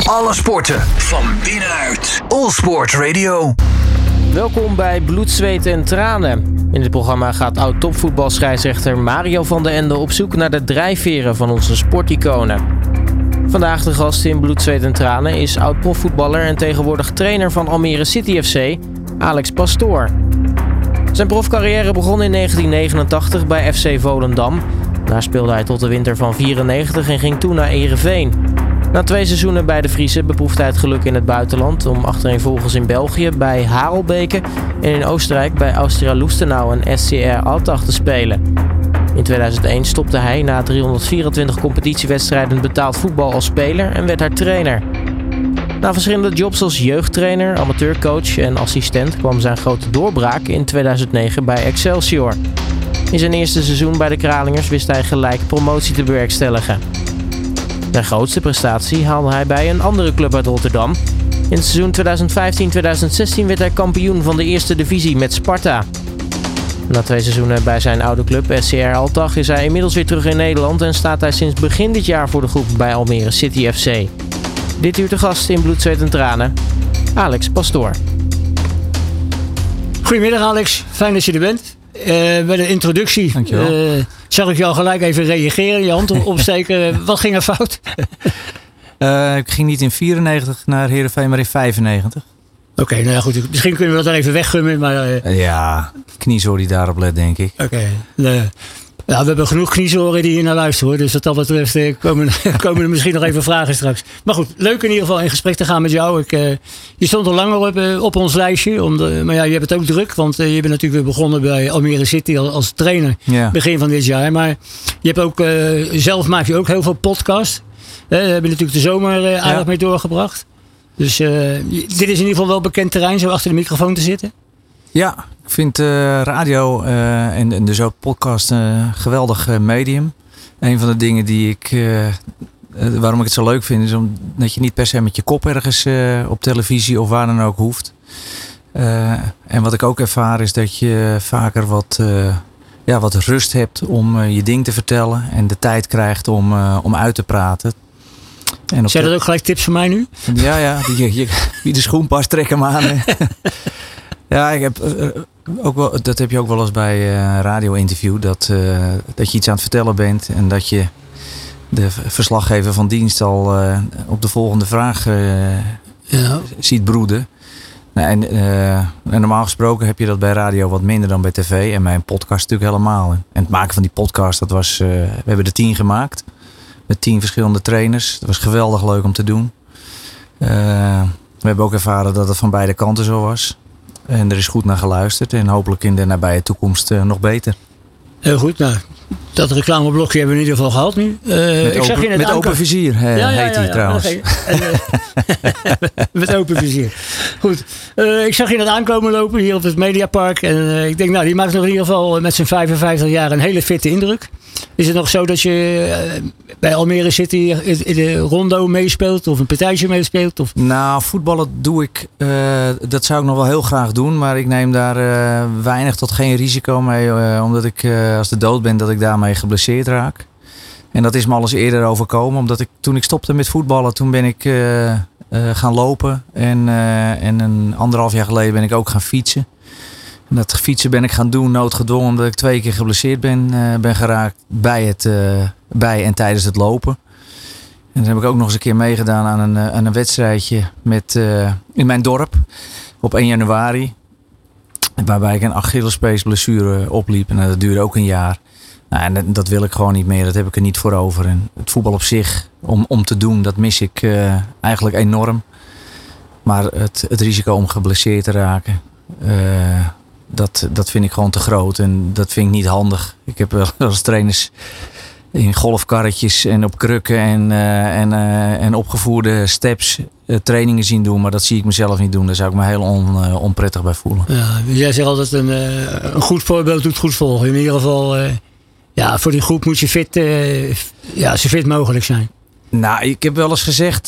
Alle sporten van binnenuit. All Sport Radio. Welkom bij Bloed, Zweet en Tranen. In dit programma gaat oud-topvoetbalscheidsrechter Mario van den Ende op zoek naar de drijfveren van onze sporticonen. Vandaag de gast in Bloed, Zweet en Tranen is oud-profvoetballer en tegenwoordig trainer van Almere City FC, Alex Pastoor. Zijn profcarrière begon in 1989 bij FC Volendam. Daar speelde hij tot de winter van 94 en ging toen naar Heerenveen. Na 2 seizoenen bij de Friese beproefde hij het geluk in het buitenland om achtereenvolgens in België bij Harelbeke en in Oostenrijk bij Austria Lustenau en SCR Altach te spelen. In 2001 stopte hij na 324 competitiewedstrijden betaald voetbal als speler en werd daar trainer. Na verschillende jobs als jeugdtrainer, amateurcoach en assistent kwam zijn grote doorbraak in 2009 bij Excelsior. In zijn eerste seizoen bij de Kralingers wist hij gelijk promotie te bewerkstelligen. Zijn grootste prestatie haalde hij bij een andere club uit Rotterdam. In het seizoen 2015-2016 werd hij kampioen van de eerste divisie met Sparta. Na 2 seizoenen bij zijn oude club SCR Altach is hij inmiddels weer terug in Nederland en staat hij sinds begin dit jaar voor de groep bij Almere City FC. Dit uur te gast in Bloed, Zweet en Tranen, Alex Pastoor. Goedemiddag Alex, fijn dat je er bent. Bij de introductie zag ik jou gelijk even reageren, je hand opsteken. Wat ging er fout? Ik ging niet in 94 naar Heerenveen, maar in 95. Oké, nou ja, goed. Misschien kunnen we dat dan even weggummen. Maar, Ja, kniezoor die daarop let, denk ik. Oké. Ja, we hebben genoeg kniezoren die hier naar luisteren, hoor. Dus wat dat betreft komen er misschien nog even vragen straks. Maar goed, leuk in ieder geval in gesprek te gaan met jou. Je stond al langer op ons lijstje. Maar ja, je hebt het ook druk. Want je bent natuurlijk weer begonnen bij Almere City als trainer. Ja. Begin van dit jaar. Maar je hebt ook, zelf maak je ook heel veel podcasts. Daar heb je natuurlijk de zomer aardig mee doorgebracht. Dus dit is in ieder geval wel bekend terrein, zo achter de microfoon te zitten. Ja, ik vind radio en dus ook podcast een geweldig medium. Een van de dingen die waarom ik het zo leuk vind, is omdat je niet per se met je kop ergens op televisie of waar dan ook hoeft. En wat ik ook ervaar is dat je vaker wat rust hebt om je ding te vertellen en de tijd krijgt om uit te praten. Zijn dat ook gelijk tips voor mij nu? Ja, wie de schoen past, trek hem aan. Ja, ik heb ook wel, dat heb je ook wel eens bij een radio-interview. Dat je iets aan het vertellen bent en dat je de verslaggever van dienst al op de volgende vraag ziet broeden. Nou, en normaal gesproken heb je dat bij radio wat minder dan bij tv. En mijn podcast natuurlijk helemaal. En het maken van die podcast, dat was, we hebben er 10 gemaakt. Met 10 verschillende trainers. Dat was geweldig leuk om te doen. We hebben ook ervaren dat het van beide kanten zo was. En er is goed naar geluisterd. En hopelijk in de nabije toekomst nog beter. Heel goed. Nou, dat reclameblokje hebben we in ieder geval gehad nu. Met open vizier heet hij trouwens. Okay. Met open vizier. Goed. Ik zag je net aankomen lopen hier op het Mediapark. En ik denk, nou, die maakt nog in ieder geval met zijn 55 jaar een hele fitte indruk. Is het nog zo dat je bij Almere City in de rondo meespeelt of een partijtje meespeelt? Of? Nou, voetballen doe ik. Dat zou ik nog wel heel graag doen. Maar ik neem daar weinig tot geen risico mee. Omdat ik als de dood ben dat ik daarmee geblesseerd raak. En dat is me al eens eerder overkomen. Omdat toen ik stopte met voetballen, toen ben ik gaan lopen. En 1,5 jaar geleden ben ik ook gaan fietsen. En dat fietsen ben ik gaan doen noodgedwongen omdat ik 2 keer geblesseerd ben geraakt bij en tijdens het lopen. En dan heb ik ook nog eens een keer meegedaan aan een wedstrijdje in mijn dorp op 1 januari. Waarbij ik een Achillespeesblessure opliep en dat duurde ook een jaar. Nou, en dat wil ik gewoon niet meer, dat heb ik er niet voor over. En het voetbal op zich, om te doen, dat mis ik eigenlijk enorm. Maar het risico om geblesseerd te raken... Dat vind ik gewoon te groot en dat vind ik niet handig. Ik heb wel als trainers in golfkarretjes en op krukken en opgevoerde steps trainingen zien doen. Maar dat zie ik mezelf niet doen. Daar zou ik me heel onprettig bij voelen. Ja, jij zegt altijd een goed voorbeeld doet goed volgen. In ieder geval, voor die groep moet je zo fit mogelijk zijn. Nou, ik heb wel eens gezegd,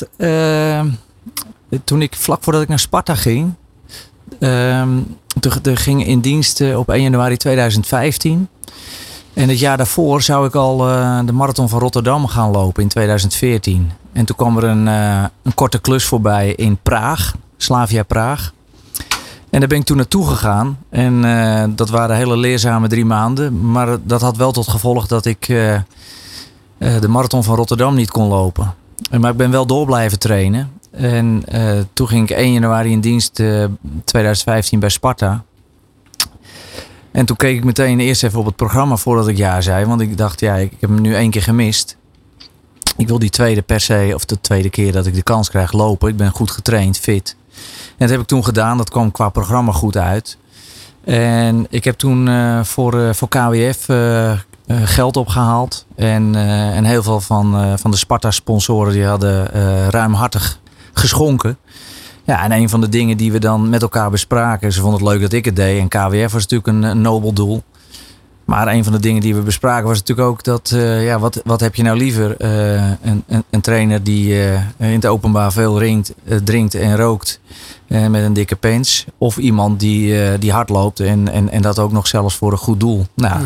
vlak voordat ik naar Sparta ging... Toen ging in dienst op 1 januari 2015. En het jaar daarvoor zou ik al de Marathon van Rotterdam gaan lopen in 2014. En toen kwam er een korte klus voorbij in Praag, Slavia Praag. En daar ben ik toen naartoe gegaan. En dat waren hele leerzame 3 maanden. Maar dat had wel tot gevolg dat ik de Marathon van Rotterdam niet kon lopen. Maar ik ben wel door blijven trainen. En toen ging ik 1 januari in dienst 2015 bij Sparta. En toen keek ik meteen eerst even op het programma voordat ik ja zei. Want ik dacht, ik heb hem nu 1 keer gemist. Ik wil die tweede per se, of de tweede keer dat ik de kans krijg, lopen. Ik ben goed getraind, fit. En dat heb ik toen gedaan. Dat kwam qua programma goed uit. En ik heb toen voor KWF geld opgehaald. En heel veel van de Sparta-sponsoren die hadden ruimhartig geschonken. Ja, en een van de dingen die we dan met elkaar bespraken. Ze vonden het leuk dat ik het deed. En KWF was natuurlijk een nobel doel. Maar een van de dingen die we bespraken was natuurlijk ook dat... wat heb je nou liever? Een trainer die in het openbaar veel drinkt en rookt. Met een dikke pens. Of iemand die hard loopt en dat ook nog zelfs voor een goed doel. Nou,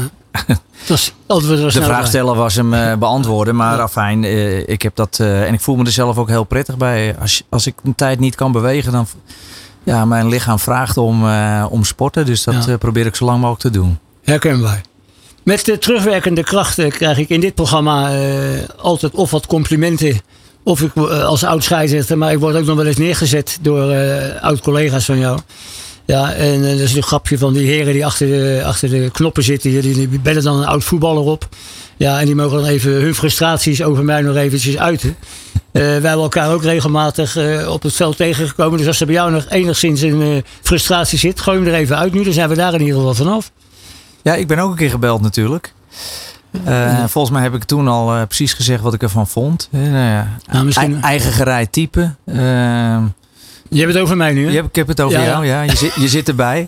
de vraagsteller was hem beantwoorden. Maar afijn, ik heb dat... en ik voel me er zelf ook heel prettig bij. Als ik een tijd niet kan bewegen, dan... Ja, mijn lichaam vraagt om sporten. Dus dat probeer ik zo lang mogelijk te doen. Herkenbaar. Met de terugwerkende krachten krijg ik in dit programma altijd of wat complimenten. Of ik als oud scheidsrechter, maar ik word ook nog wel eens neergezet door oud-collega's van jou. Ja, en dat is een grapje van die heren die achter de knoppen zitten hier. Die bellen dan een oud voetballer op. Ja, en die mogen dan even hun frustraties over mij nog eventjes uiten. Wij hebben elkaar ook regelmatig op het veld tegengekomen. Dus als er bij jou nog enigszins een frustratie zit, gooi hem er even uit nu. Dan zijn we daar in ieder geval vanaf. Ja, ik ben ook een keer gebeld natuurlijk. Volgens mij heb ik toen al precies gezegd wat ik ervan vond. Eigen gereid type. Je hebt het over mij nu, hè? Ik heb het over jou, ja. Je zit erbij.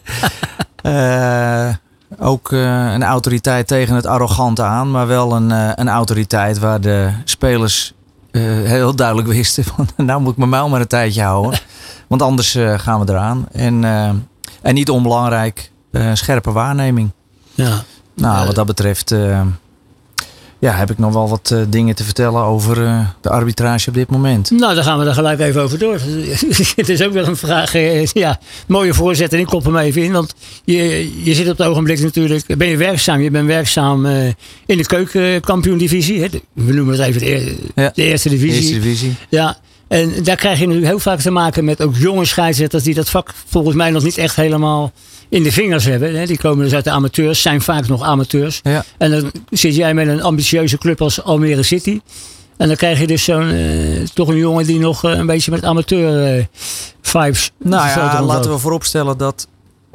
Ook een autoriteit tegen het arrogante aan. Maar wel een autoriteit waar de spelers heel duidelijk wisten van... Nou moet ik mijn muil maar een tijdje houden. Want anders gaan we eraan. En niet onbelangrijk, scherpe waarneming. Ja. Nou, wat dat betreft heb ik nog wel wat dingen te vertellen over de arbitrage op dit moment. Nou, dan gaan we er gelijk even over door. Het is ook wel een vraag. Mooie voorzet en ik kop hem even in. Want je zit op het ogenblik natuurlijk... Ben je werkzaam? Je bent werkzaam in de keukenkampioen-divisie. Hè? We noemen het even de eerste divisie. Eerste divisie. Ja. En daar krijg je nu heel vaak te maken met ook jonge scheidsrechters... die dat vak volgens mij nog niet echt helemaal in de vingers hebben. Die komen dus uit de amateurs, zijn vaak nog amateurs. Ja. En dan zit jij met een ambitieuze club als Almere City. En dan krijg je dus toch een jongen die nog een beetje met amateur vibes... Nou ja, laten we vooropstellen dat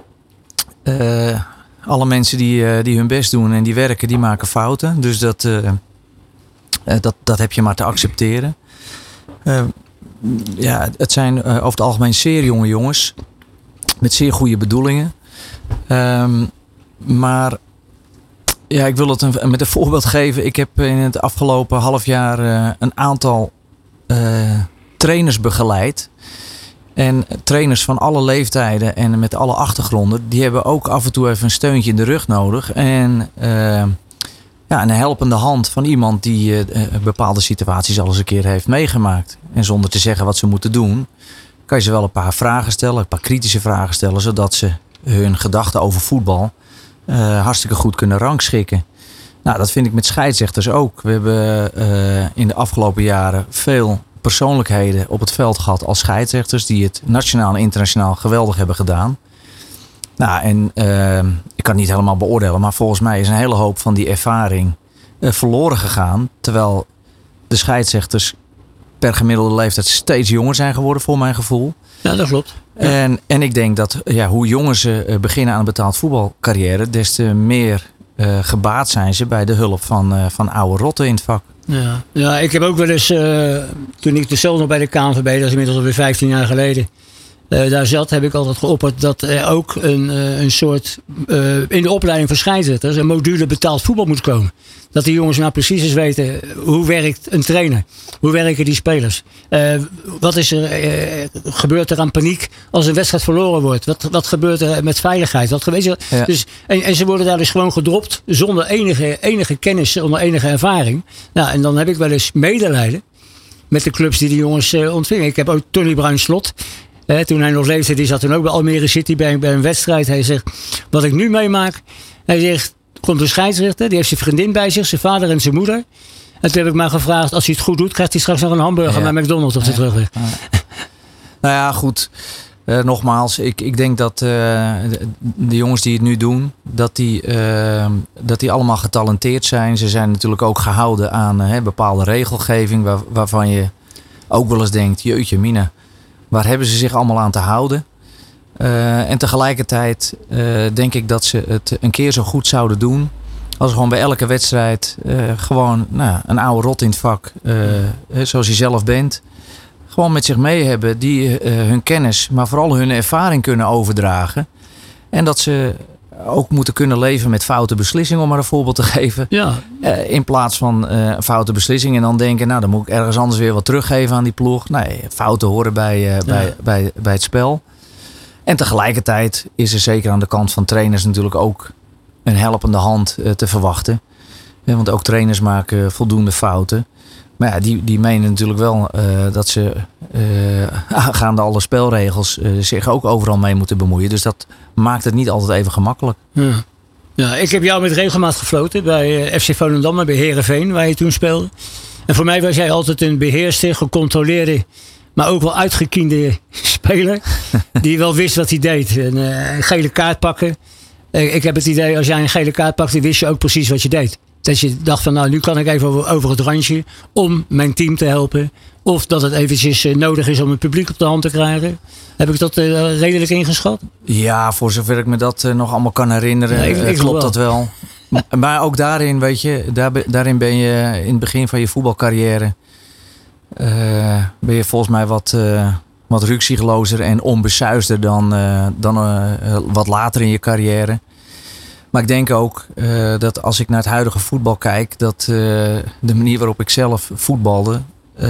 alle mensen die hun best doen en die werken, die maken fouten. Dus dat heb je maar te accepteren. Het zijn over het algemeen zeer jonge jongens. Met zeer goede bedoelingen. Maar ik wil het met een voorbeeld geven. Ik heb in het afgelopen half jaar een aantal trainers begeleid. En trainers van alle leeftijden en met alle achtergronden. Die hebben ook af en toe even een steuntje in de rug nodig. En een helpende hand van iemand die bepaalde situaties al eens een keer heeft meegemaakt. En zonder te zeggen wat ze moeten doen, kan je ze wel een paar vragen stellen, een paar kritische vragen stellen, zodat ze hun gedachten over voetbal hartstikke goed kunnen rangschikken. Nou, dat vind ik met scheidsrechters ook. We hebben in de afgelopen jaren veel persoonlijkheden op het veld gehad als scheidsrechters die het nationaal en internationaal geweldig hebben gedaan. Nou, en ik kan het niet helemaal beoordelen, maar volgens mij is een hele hoop van die ervaring verloren gegaan. Terwijl de scheidsrechters per gemiddelde leeftijd steeds jonger zijn geworden, voor mijn gevoel. Ja, dat klopt. Ja. En ik denk dat hoe jonger ze beginnen aan een betaald voetbalcarrière, des te meer gebaat zijn ze bij de hulp van oude rotten in het vak. Ja, ik heb ook wel eens, toen ik zelf nog bij de KNVB, dat is inmiddels alweer 15 jaar geleden. daar zat, heb ik altijd geopperd dat er ook een soort in de opleiding van scheidsrechters een module betaald voetbal moet komen. Dat die jongens nou precies eens weten hoe werkt een trainer. Hoe werken die spelers? Wat is gebeurt er aan paniek als een wedstrijd verloren wordt? Wat gebeurt er met veiligheid? Ja. Dus, en ze worden daar dus gewoon gedropt zonder enige kennis, zonder enige ervaring. Nou, en dan heb ik wel eens medelijden met de clubs die jongens ontvingen. Ik heb ook Tony Bruin-Slot. Toen hij nog leefde, die zat toen ook bij Almere City bij een wedstrijd. Hij zegt, wat ik nu meemaak. Hij zegt, komt een scheidsrechter, die heeft zijn vriendin bij zich, zijn vader en zijn moeder. En toen heb ik maar gevraagd, als hij het goed doet, krijgt hij straks nog een hamburger bij McDonald's op de terugweg. Ja. Nou ja, goed. Nogmaals, ik denk dat de jongens die het nu doen, dat die allemaal getalenteerd zijn. Ze zijn natuurlijk ook gehouden aan bepaalde regelgeving waarvan je ook wel eens denkt, jeetje mina, waar hebben ze zich allemaal aan te houden? En tegelijkertijd denk ik dat ze het een keer zo goed zouden doen als gewoon bij elke wedstrijd gewoon een oude rot in het vak, zoals je zelf bent, gewoon met zich mee hebben, die hun kennis, maar vooral hun ervaring kunnen overdragen. En dat ze ook moeten kunnen leven met foute beslissingen, om maar een voorbeeld te geven. Ja. In plaats van foute beslissingen en dan denken, nou dan moet ik ergens anders weer wat teruggeven aan die ploeg. Nee, fouten horen bij het spel. En tegelijkertijd is er zeker aan de kant van trainers natuurlijk ook een helpende hand te verwachten. Want ook trainers maken voldoende fouten. Maar ja, die menen natuurlijk wel dat ze aangaande alle spelregels zich ook overal mee moeten bemoeien. Dus dat maakt het niet altijd even gemakkelijk. Ja, ik heb jou met regelmaat gefloten bij FC Volendam en bij Heerenveen, waar je toen speelde. En voor mij was jij altijd een beheerste, gecontroleerde, maar ook wel uitgekiende speler. Die wel wist wat hij deed. Een gele kaart pakken. Ik heb het idee, als jij een gele kaart pakte, wist je ook precies wat je deed. Dat je dacht van, nou, nu kan ik even over het randje om mijn team te helpen. Of dat het eventjes nodig is om het publiek op de hand te krijgen. Heb ik dat redelijk ingeschat? Ja, voor zover ik me dat nog allemaal kan herinneren, klopt dat wel. Maar ook daarin, weet je, daarin ben je in het begin van je voetbalcarrière, ben je volgens mij wat ruksiglozer en onbesuisder dan wat later in je carrière. Maar ik denk ook dat als ik naar het huidige voetbal kijk, dat de manier waarop ik zelf voetbalde,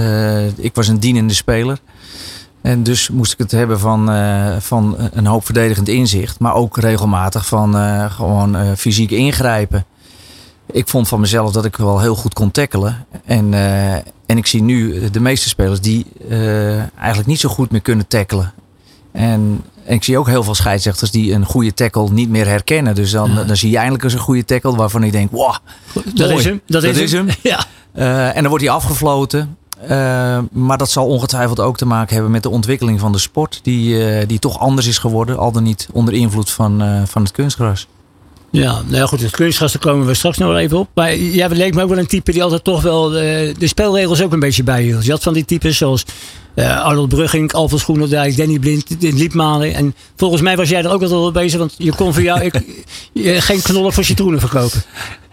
ik was een dienende speler. En dus moest ik het hebben van een hoop verdedigend inzicht, maar ook regelmatig van gewoon fysiek ingrijpen. Ik vond van mezelf dat ik wel heel goed kon tackelen. En ik zie nu de meeste spelers die eigenlijk niet zo goed meer kunnen tackelen. En ik zie ook heel veel scheidsrechters die een goede tackle niet meer herkennen. Dus dan zie je eindelijk eens een goede tackle waarvan ik denk, wow, dat is hem. Dat is hem. Ja. En dan wordt hij afgefloten. Maar dat zal ongetwijfeld ook te maken hebben met de ontwikkeling van de sport. Die toch anders is geworden. Al dan niet onder invloed van het kunstgras. Ja, nou ja, goed, het kunstgras, daar komen we straks nog wel even op. Maar jij leek me ook wel een type die altijd toch wel de spelregels ook een beetje bijhield. Je had van die types zoals Arnold Brugging, Alfred Groenendijk, Danny Blind, Liepmalen. En volgens mij was jij er ook altijd wel bezig, want je kon voor jou geen knollen voor citroenen verkopen.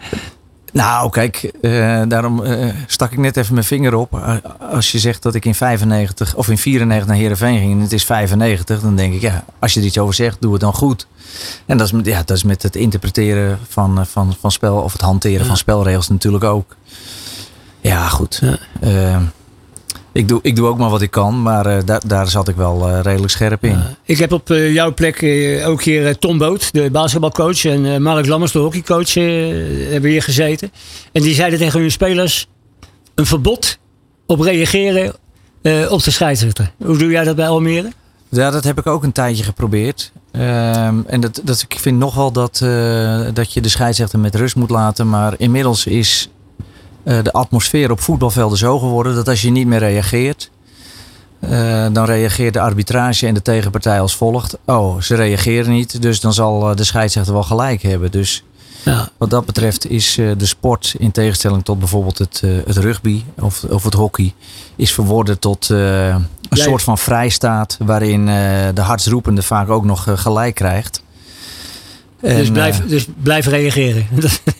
Nou, kijk, daarom stak ik net even mijn vinger op. Als je zegt dat ik in 95 of in 94 naar Heerenveen ging en het is 95, dan denk ik, ja, als je er iets over zegt, doe het dan goed. En dat is met het interpreteren van spel of het hanteren van spelregels natuurlijk ook. Ja, goed. Ja. Ik doe ook maar wat ik kan, maar daar zat ik wel redelijk scherp in. Ik heb op jouw plek ook hier Tom Boot, de basketbalcoach, en Mark Lammers, de hockeycoach, hebben hier gezeten. En die zeiden tegen hun spelers, een verbod op reageren op de scheidsrechter. Hoe doe jij dat bij Almere? Ja, dat heb ik ook een tijdje geprobeerd. En ik vind nog wel dat je de scheidsrechter met rust moet laten, maar inmiddels is de atmosfeer op voetbalvelden zo geworden dat als je niet meer reageert, dan reageert de arbitrage en de tegenpartij als volgt. Oh, ze reageren niet, dus dan zal de scheidsrechter wel gelijk hebben. Dus wat dat betreft is de sport, in tegenstelling tot bijvoorbeeld het rugby of het hockey, is verworden tot een soort van vrijstaat waarin de hartsroepende vaak ook nog gelijk krijgt. Dus blijf reageren.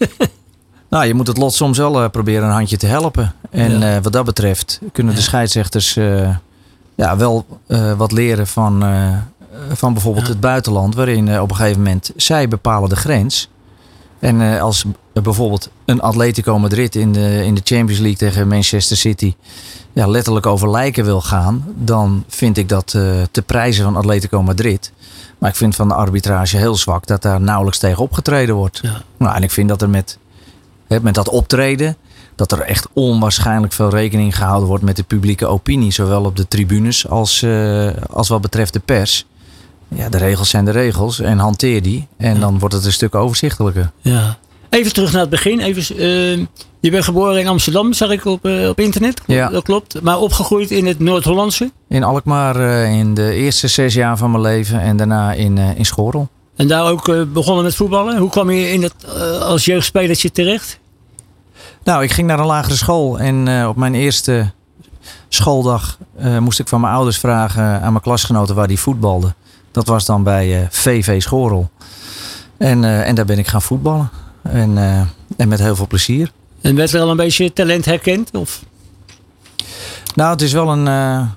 Nou, je moet het lot soms wel proberen een handje te helpen. En wat dat betreft kunnen de scheidsrechters wel wat leren van bijvoorbeeld het buitenland. Waarin op een gegeven moment zij bepalen de grens. En als bijvoorbeeld een Atletico Madrid in de Champions League tegen Manchester City letterlijk over lijken wil gaan, dan vind ik dat te prijzen van Atletico Madrid. Maar ik vind van de arbitrage heel zwak dat daar nauwelijks tegen opgetreden wordt. Ja. Nou, en ik vind dat er met dat optreden, dat er echt onwaarschijnlijk veel rekening gehouden wordt met de publieke opinie. Zowel op de tribunes als wat betreft de pers. Ja, de regels zijn de regels en hanteer die. En dan wordt het een stuk overzichtelijker. Ja. Even terug naar het begin. Je bent geboren in Amsterdam, zag ik op internet. Ja. Dat klopt. Maar opgegroeid in het Noord-Hollandse? In Alkmaar in de eerste 6 jaar van mijn leven en daarna in Schorrel. En daar ook begonnen met voetballen. Hoe kwam je als jeugdspelertje terecht? Nou, ik ging naar een lagere school en op mijn eerste schooldag moest ik van mijn ouders vragen aan mijn klasgenoten waar die voetbalden. Dat was dan bij VV Schorrel. En daar ben ik gaan voetballen. En met heel veel plezier. En werd er al een beetje talent herkend? Of? Nou, het is wel een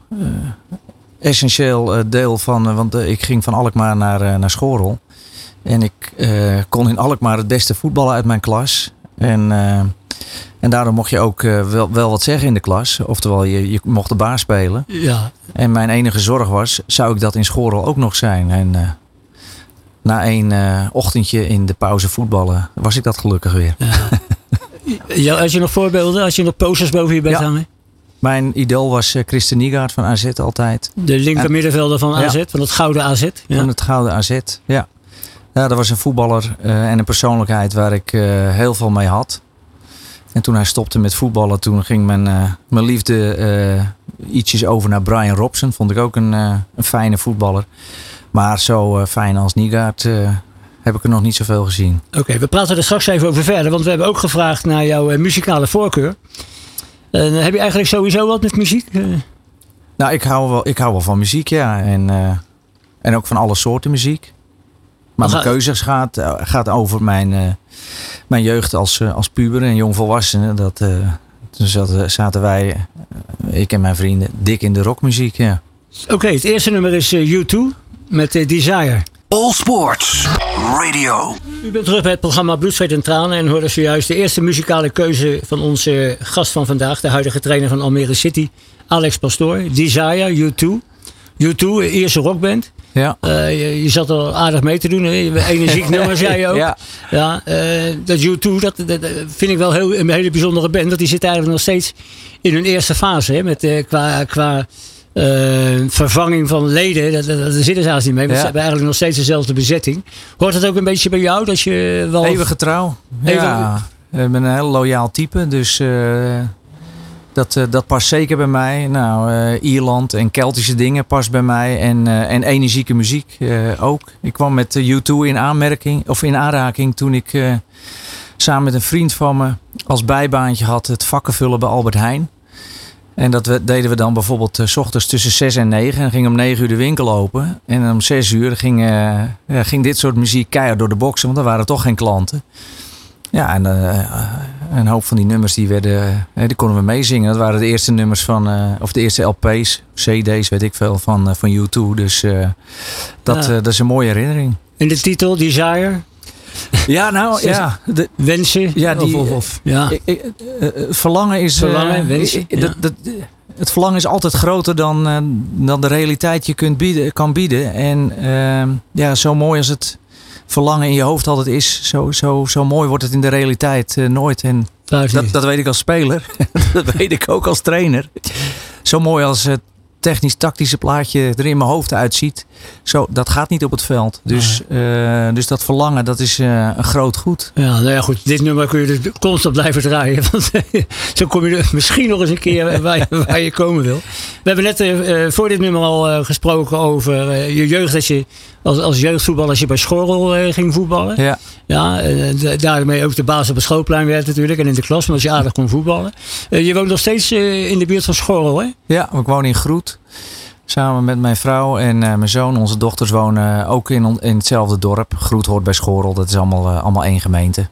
essentieel deel van. Want ik ging van Alkmaar naar Schorrel. En ik kon in Alkmaar het beste voetballen uit mijn klas. En daardoor mocht je ook wel wat zeggen in de klas. Oftewel, je mocht de baas spelen. Ja. En mijn enige zorg was, zou ik dat in Schorrel ook nog zijn? En na 1 ochtendje in de pauze voetballen was ik dat gelukkig weer. Ja. Had je nog voorbeelden? Had je nog posters boven je bed hangen? Mijn idool was Christen Niegaard van AZ altijd. De linker middenvelder van AZ, van het gouden AZ. Ja. Van het gouden AZ, ja. Ja, dat was een voetballer en een persoonlijkheid waar ik heel veel mee had. En toen hij stopte met voetballen, toen ging mijn liefde ietsjes over naar Brian Robson. Vond ik ook een fijne voetballer. Maar zo fijn als Niegaard heb ik er nog niet zoveel gezien. Oké, we praten er straks even over verder. Want we hebben ook gevraagd naar jouw muzikale voorkeur. Heb je eigenlijk sowieso wat met muziek? Nou, ik hou wel van muziek, ja. En ook van alle soorten muziek. Maar mijn keuzes gaat over mijn jeugd als puber en jongvolwassene. Toen zaten wij, ik en mijn vrienden, dik in de rockmuziek, ja. Oké, het eerste nummer is U2 met Desire. All Sports Radio. U bent terug bij het programma Bloed, Zweet en Tranen en hoorde zojuist de eerste muzikale keuze van onze gast van vandaag, de huidige trainer van Almere City, Alex Pastoor. Desire, U2. U2, eerste rockband. Ja. Je zat al aardig mee te doen. Hè? Energiek nummer, zei je ook. Ja. Dat U2, dat vind ik wel een hele bijzondere band. Want die zit eigenlijk nog steeds in hun eerste fase. Hè? Met, qua vervanging van leden. Daar zitten ze haast niet mee. Maar ze hebben eigenlijk nog steeds dezelfde bezetting. Hoort het ook een beetje bij jou? Dat je wel... Eeuwige trouw. Ja, ik ben een heel loyaal type. Dus... Dat past zeker bij mij. Nou, Ierland en Keltische dingen past bij mij. En energieke muziek ook. Ik kwam met U2 in aanraking toen ik samen met een vriend van me als bijbaantje had het vakkenvullen bij Albert Heijn. En dat deden we dan bijvoorbeeld 's ochtends tussen 6 en 9. En ging om 9 uur de winkel open. En om 6 uur ging dit soort muziek keihard door de boxen. Want er waren toch geen klanten. Ja, en een hoop van die nummers die konden we meezingen. Dat waren de eerste nummers of de eerste LP's, CD's, weet ik veel, van U2. Dus dat is een mooie herinnering. En de titel, Desire? Ja, nou ja. Wensen? Ja, verlangen is... Verlangen, wensen, het verlangen is altijd groter dan de realiteit je kan bieden. En zo mooi als het verlangen in je hoofd altijd is, zo mooi wordt het in de realiteit nooit. En dat weet ik als speler. Dat weet ik ook als trainer. Zo mooi als het technisch-tactische plaatje er in mijn hoofd uitziet. Dat gaat niet op het veld. Dus dat verlangen, dat is een groot goed. Ja, nou ja, goed. Dit nummer kun je dus constant blijven draaien. Want zo kom je er misschien nog eens een keer waar je komen wil. We hebben net voor dit nummer al gesproken over je jeugd. Dat je als jeugdvoetballer je bij Schorrel ging voetballen. Ja, daarmee ook de baas op het schoolplein werd natuurlijk. En in de klas, omdat je aardig kon voetballen. Je woont nog steeds in de buurt van Schorrel, hè? Ja, ik woon in Groet. Samen met mijn vrouw en mijn zoon. Onze dochters wonen ook in hetzelfde dorp. Groet hoort bij Schorrel. Dat is allemaal één gemeente.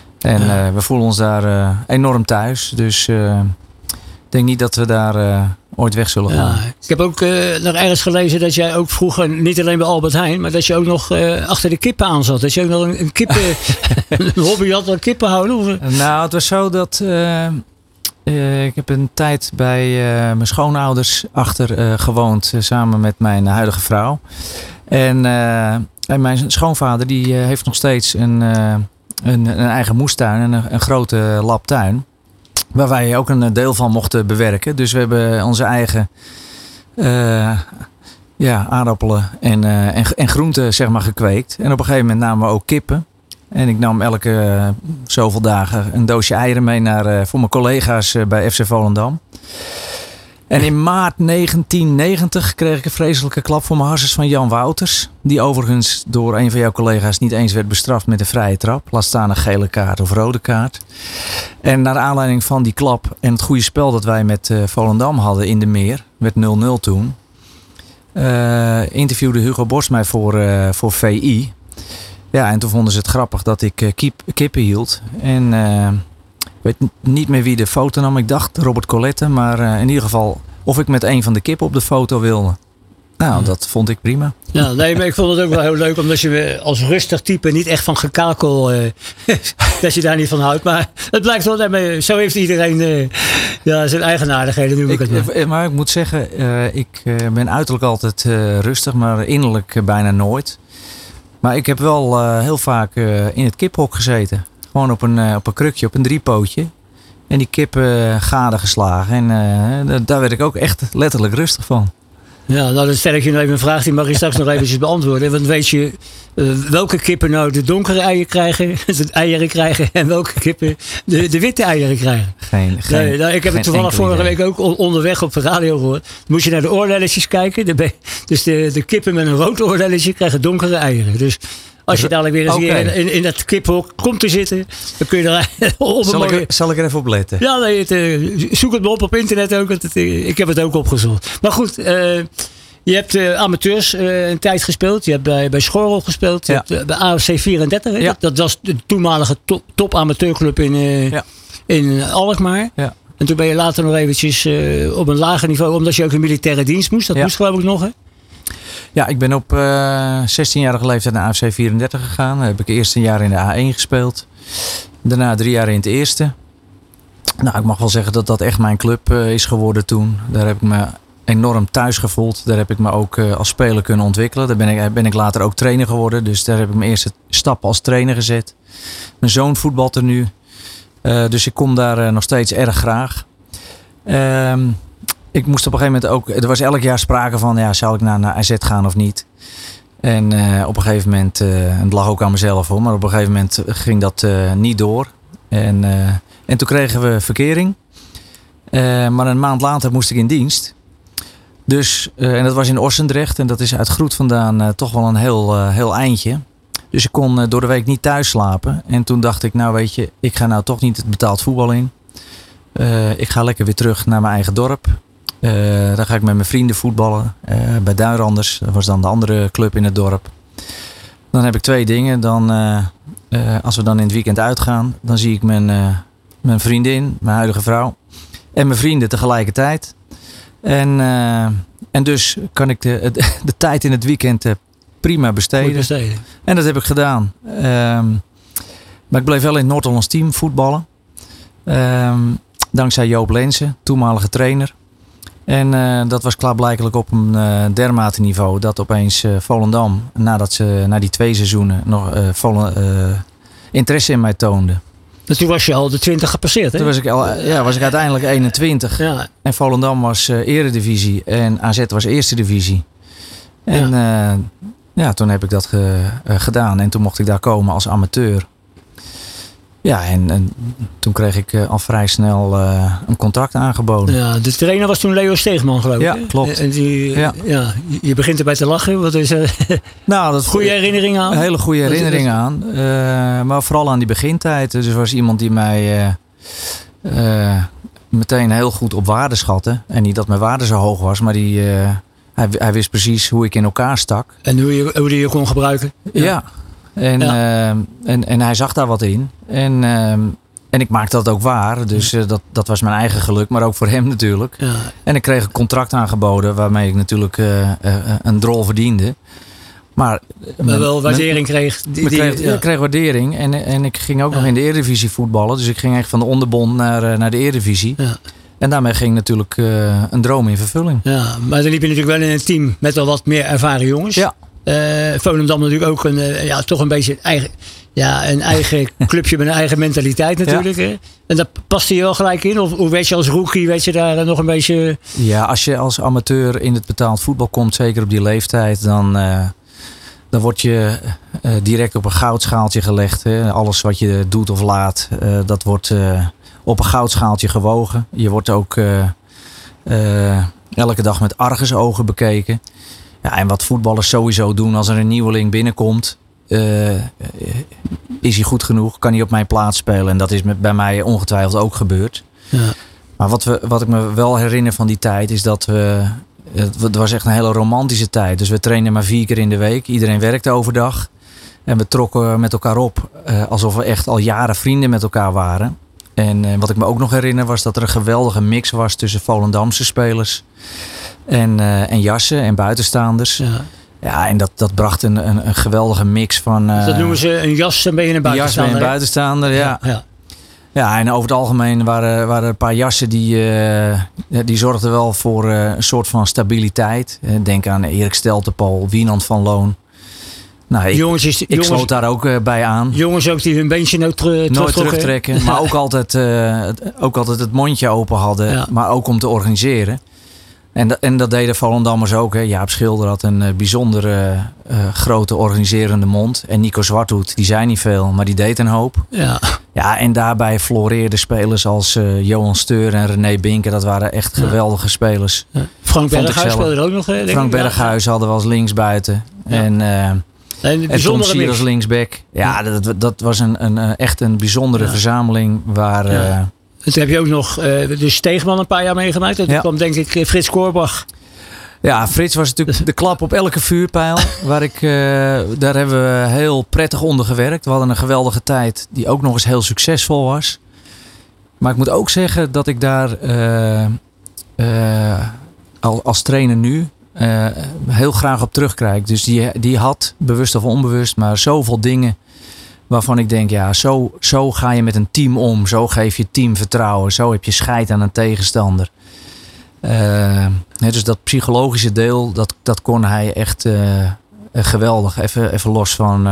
En we voelen ons daar enorm thuis. Dus ik denk niet dat we daar ooit weg zullen gaan. Ja, ik heb ook nog ergens gelezen dat jij ook vroeger, niet alleen bij Albert Heijn, maar dat je ook nog achter de kippen aan zat. Dat je ook nog een kippen, een hobby had, kippen houden? Of? Nou, het was zo dat ik heb een tijd bij mijn schoonouders achter gewoond, samen met mijn huidige vrouw. En mijn schoonvader die heeft nog steeds een eigen moestuin en een grote lap tuin. Waar wij ook een deel van mochten bewerken. Dus we hebben onze eigen aardappelen en groenten zeg maar gekweekt. En op een gegeven moment namen we ook kippen. En ik nam elke zoveel dagen een doosje eieren mee voor mijn collega's bij FC Volendam. En in maart 1990 kreeg ik een vreselijke klap voor mijn harses van Jan Wouters. Die overigens door een van jouw collega's niet eens werd bestraft met een vrije trap. Laat staan een gele kaart of rode kaart. En naar aanleiding van die klap en het goede spel dat wij met Volendam hadden in de Meer. Werd 0-0 toen. Interviewde Hugo Borst mij voor VI. Ja, en toen vonden ze het grappig dat ik kippen hield. En ik weet niet meer wie de foto nam. Ik dacht Robert Colette. Maar in ieder geval of ik met een van de kippen op de foto wilde. Nou, dat vond ik prima. Ja, nee, maar ik vond het ook wel heel leuk. Omdat je als rustig type niet echt van gekakel... dat je daar niet van houdt. Maar het blijkt wel... Zo heeft iedereen zijn eigenaardigheden. Nu maar ik moet zeggen... ik ben uiterlijk altijd rustig. Maar innerlijk bijna nooit. Maar ik heb wel heel vaak in het kiphok gezeten. Gewoon op een krukje, op een driepootje. En die kippen gade geslagen. En daar werd ik ook echt letterlijk rustig van. Ja, nou dan stel ik je nog even een vraag. Die mag je straks nog eventjes beantwoorden. Want weet je welke kippen nou de donkere eieren krijgen. En welke kippen de witte eieren krijgen? Ik heb het toevallig vorige week ook onderweg op de radio gehoord. Dan moest je naar de oorlelletjes kijken. Dus de kippen met een rood oorlelletje krijgen donkere eieren. Dus... Als je dadelijk weer eens hier in dat kiphok komt te zitten, dan kun je er Zal ik er even op letten? Ja, zoek het maar op internet ook. Ik heb het ook opgezocht. Maar goed, je hebt amateurs een tijd gespeeld. Je hebt bij Schorrel gespeeld. Je hebt bij AFC 34. Ja. Dat was de toenmalige top amateurclub in Alkmaar. Ja. En toen ben je later nog eventjes op een lager niveau, omdat je ook in militaire dienst moest. Dat moest geloof ik nog, hè? Ja, ik ben op 16-jarige leeftijd naar AFC 34 gegaan. Daar heb ik eerst een jaar in de A1 gespeeld. Daarna 3 jaar in het eerste. Nou, ik mag wel zeggen dat dat echt mijn club is geworden toen. Daar heb ik me enorm thuis gevoeld. Daar heb ik me ook als speler kunnen ontwikkelen. Daar ben ik later ook trainer geworden. Dus daar heb ik mijn eerste stappen als trainer gezet. Mijn zoon voetbalt er nu. Dus ik kom daar nog steeds erg graag. Ik moest op een gegeven moment ook... Er was elk jaar sprake van... zou ik naar AZ gaan of niet? En op een gegeven moment... het lag ook aan mezelf hoor. Maar op een gegeven moment ging dat niet door. En toen kregen we verkering. Maar een maand later moest ik in dienst. Dus... en dat was in Ossendrecht. En dat is uit Groet vandaan toch wel een heel eindje. Dus ik kon door de week niet thuis slapen. En toen dacht ik... Nou weet je... Ik ga nou toch niet het betaald voetbal in. Ik ga lekker weer terug naar mijn eigen dorp. Dan ga ik met mijn vrienden voetballen. Bij Duinranders. Dat was dan de andere club in het dorp. Dan heb ik 2 dingen. Als we dan in het weekend uitgaan. Dan zie ik mijn vriendin. Mijn huidige vrouw. En mijn vrienden tegelijkertijd. En dus kan ik de tijd in het weekend prima besteden. En dat heb ik gedaan. Maar ik bleef wel in het Noord-Hollands team voetballen. Dankzij Joop Lensen, toenmalige trainer. En dat was klaarblijkelijk op een dermate niveau dat opeens Volendam, nadat ze na die 2 seizoenen nog interesse in mij toonde. Dus toen was je al de 20 gepasseerd, hè? Toen was ik uiteindelijk 21. Ja. En Volendam was eredivisie en AZ was eerste divisie. En toen heb ik dat gedaan. En toen mocht ik daar komen als amateur. Ja, en toen kreeg ik al vrij snel een contract aangeboden. Ja, de trainer was toen Leo Steegman, geloof ik. Ja, klopt. En je begint erbij te lachen. Wat is dat goede herinneringen aan? Hele goede herinneringen aan. Maar vooral aan die begintijd. Dus er was iemand die mij meteen heel goed op waarde schatte. En niet dat mijn waarde zo hoog was, maar hij wist precies hoe ik in elkaar stak. En hoe die je kon gebruiken. Ja. En hij zag daar wat in. En En ik maakte dat ook waar. Dus dat was mijn eigen geluk. Maar ook voor hem natuurlijk. Ja. En ik kreeg een contract aangeboden. Waarmee ik natuurlijk een drol verdiende. Maar wel waardering kreeg. Ik kreeg waardering. En ik ging ook nog in de Eredivisie voetballen. Dus ik ging echt van de onderbond naar de Eredivisie. Ja. En daarmee ging natuurlijk een droom in vervulling. Ja, maar dan liep je natuurlijk wel in een team met al wat meer ervaren jongens. Ja. Volendam natuurlijk ook toch een beetje een eigen clubje met een eigen mentaliteit natuurlijk. Ja. En daar paste je wel gelijk in? Of hoe weet je als rookie, weet je daar nog een beetje... Ja, als je als amateur in het betaald voetbal komt, zeker op die leeftijd, dan word je direct op een goudschaaltje gelegd. Hè. Alles wat je doet of laat, dat wordt op een goudschaaltje gewogen. Je wordt ook elke dag met argusogen bekeken. Ja, en wat voetballers sowieso doen als er een nieuweling binnenkomt, is hij goed genoeg? Kan hij op mijn plaats spelen? En dat is bij mij ongetwijfeld ook gebeurd. Ja. Maar wat ik me wel herinner van die tijd is dat het was echt een hele romantische tijd. Dus we trainden maar 4 keer in de week. Iedereen werkte overdag. En we trokken met elkaar op alsof we echt al jaren vrienden met elkaar waren. En wat ik me ook nog herinner was dat er een geweldige mix was tussen Volendamse spelers en jassen en buitenstaanders. Ja. Ja, en dat bracht een geweldige mix van... dat noemen ze een jas en ben je een buitenstaander. Jas ben je een buitenstaander, ja. Ja, en over het algemeen waren een paar jassen die zorgden wel voor een soort van stabiliteit. Denk aan Erik Steltenpol, Wienand van Loon. Nou, ik sloot daar ook bij aan. Jongens ook die hun beentje nooit terugtrekken. Maar ook altijd het mondje open hadden. Ja. Maar ook om te organiseren. En dat deden Volendammers ook. Hè. Jaap Schilder had een bijzondere grote organiserende mond. En Nico Zwarthoed, die zei niet veel, maar die deed een hoop. Ja. Ja, en daarbij floreerden spelers als Johan Steur en René Binken. Dat waren echt geweldige spelers. Ja. Frank Berghuis speelde er ook nog. Frank Berghuis hadden we als linksbuiten. Ja. En Tom Sier als linksback. Ja, dat was echt een bijzondere verzameling waar... Toen heb je ook nog de Steegman een paar jaar meegemaakt. En toen kwam denk ik Frits Korbach. Ja, Frits was natuurlijk de klap op elke vuurpijl. Daar hebben we heel prettig onder gewerkt. We hadden een geweldige tijd die ook nog eens heel succesvol was. Maar ik moet ook zeggen dat ik daar als trainer nu heel graag op terugkijk. Dus die had, bewust of onbewust, maar zoveel dingen waarvan ik denk, ja, zo ga je met een team om. Zo geef je team vertrouwen. Zo heb je scheid aan een tegenstander. Dus dat psychologische deel, dat kon hij echt geweldig. Even los van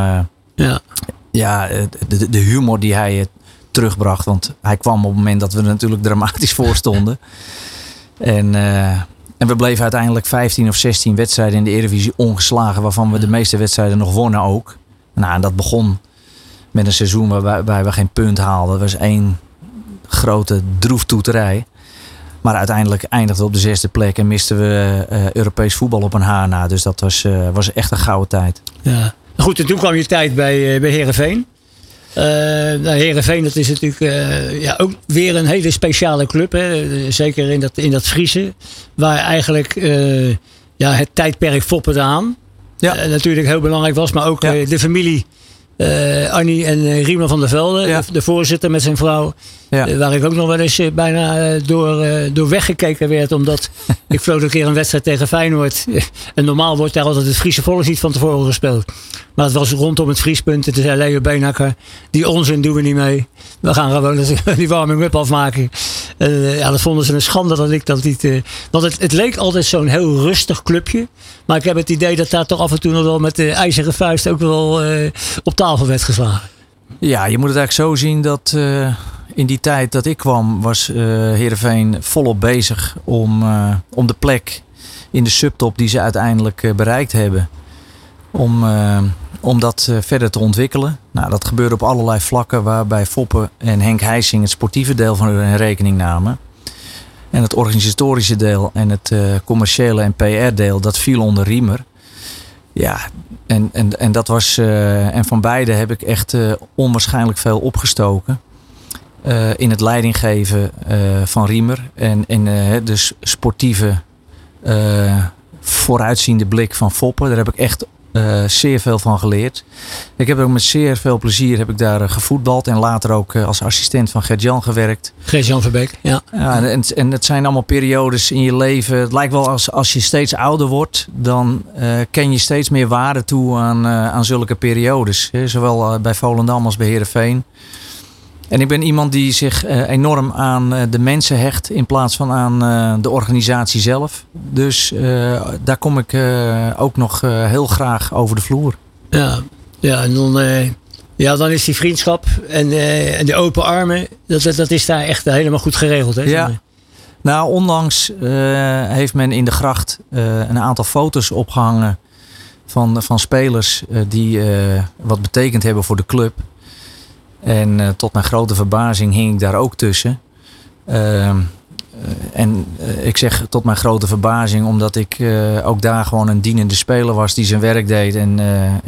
de humor die hij terugbracht. Want hij kwam op het moment dat we er natuurlijk dramatisch voor stonden. En we bleven uiteindelijk 15 of 16 wedstrijden in de Eredivisie ongeslagen. Waarvan we de meeste wedstrijden nog wonnen ook. Nou, en dat begon met een seizoen waarbij we geen punt haalden. Dat was 1 grote droeftoeterij. Maar uiteindelijk eindigden we op de 6e plek en misten we Europees voetbal op een haar na. Dus dat was echt een gouden tijd. Ja. Goed, en toen kwam je tijd bij Heerenveen. Heerenveen, dat is natuurlijk ook weer een hele speciale club. Hè? Zeker in dat Friese. Waar eigenlijk het tijdperk Foppe aan natuurlijk heel belangrijk was. Maar ook de familie Annie en Riemer van der Velde, de voorzitter met zijn vrouw. Ja. Waar ik ook nog wel eens bijna door weggekeken werd. Omdat ik vloot een keer een wedstrijd tegen Feyenoord. En normaal wordt daar altijd het Friese volkslied van tevoren gespeeld. Maar het was rondom het Friespunt. En toen zei Leo Beenhakker, die onzin doen we niet mee. We gaan gewoon die warming-up afmaken. Dat vonden ze een schande dat ik dat niet... want het leek altijd zo'n heel rustig clubje. Maar ik heb het idee dat daar toch af en toe nog wel met de ijzeren vuist ook wel op tafel werd geslagen. Ja, je moet het eigenlijk zo zien dat in die tijd dat ik kwam was Heerenveen volop bezig om de plek in de subtop die ze uiteindelijk bereikt hebben. Om dat verder te ontwikkelen. Nou, dat gebeurde op allerlei vlakken waarbij Foppe en Henk Heijsing het sportieve deel van hun rekening namen. En het organisatorische deel en het commerciële en PR-deel, dat viel onder Riemer. Ja, en dat was. En van beide heb ik echt onwaarschijnlijk veel opgestoken. In het leidinggeven van Riemer. En de sportieve vooruitziende blik van Foppe. Daar heb ik echt zeer veel van geleerd. Ik heb ook met zeer veel plezier daar gevoetbald. En later ook als assistent van Gert-Jan gewerkt. Gert-Jan Verbeek, ja. En het zijn allemaal periodes in je leven. Het lijkt wel als je steeds ouder wordt. Dan ken je steeds meer waarde toe aan zulke periodes. Zowel bij Volendam als bij Heerenveen. En ik ben iemand die zich enorm aan de mensen hecht in plaats van aan de organisatie zelf. Dus daar kom ik ook nog heel graag over de vloer. Ja, en dan is die vriendschap en de open armen, dat is daar echt helemaal goed geregeld. Hè? Ja. Nou, onlangs heeft men in de gracht een aantal foto's opgehangen van spelers die wat betekend hebben voor de club. En tot mijn grote verbazing hing ik daar ook tussen. Ik zeg tot mijn grote verbazing omdat ik ook daar gewoon een dienende speler was die zijn werk deed. En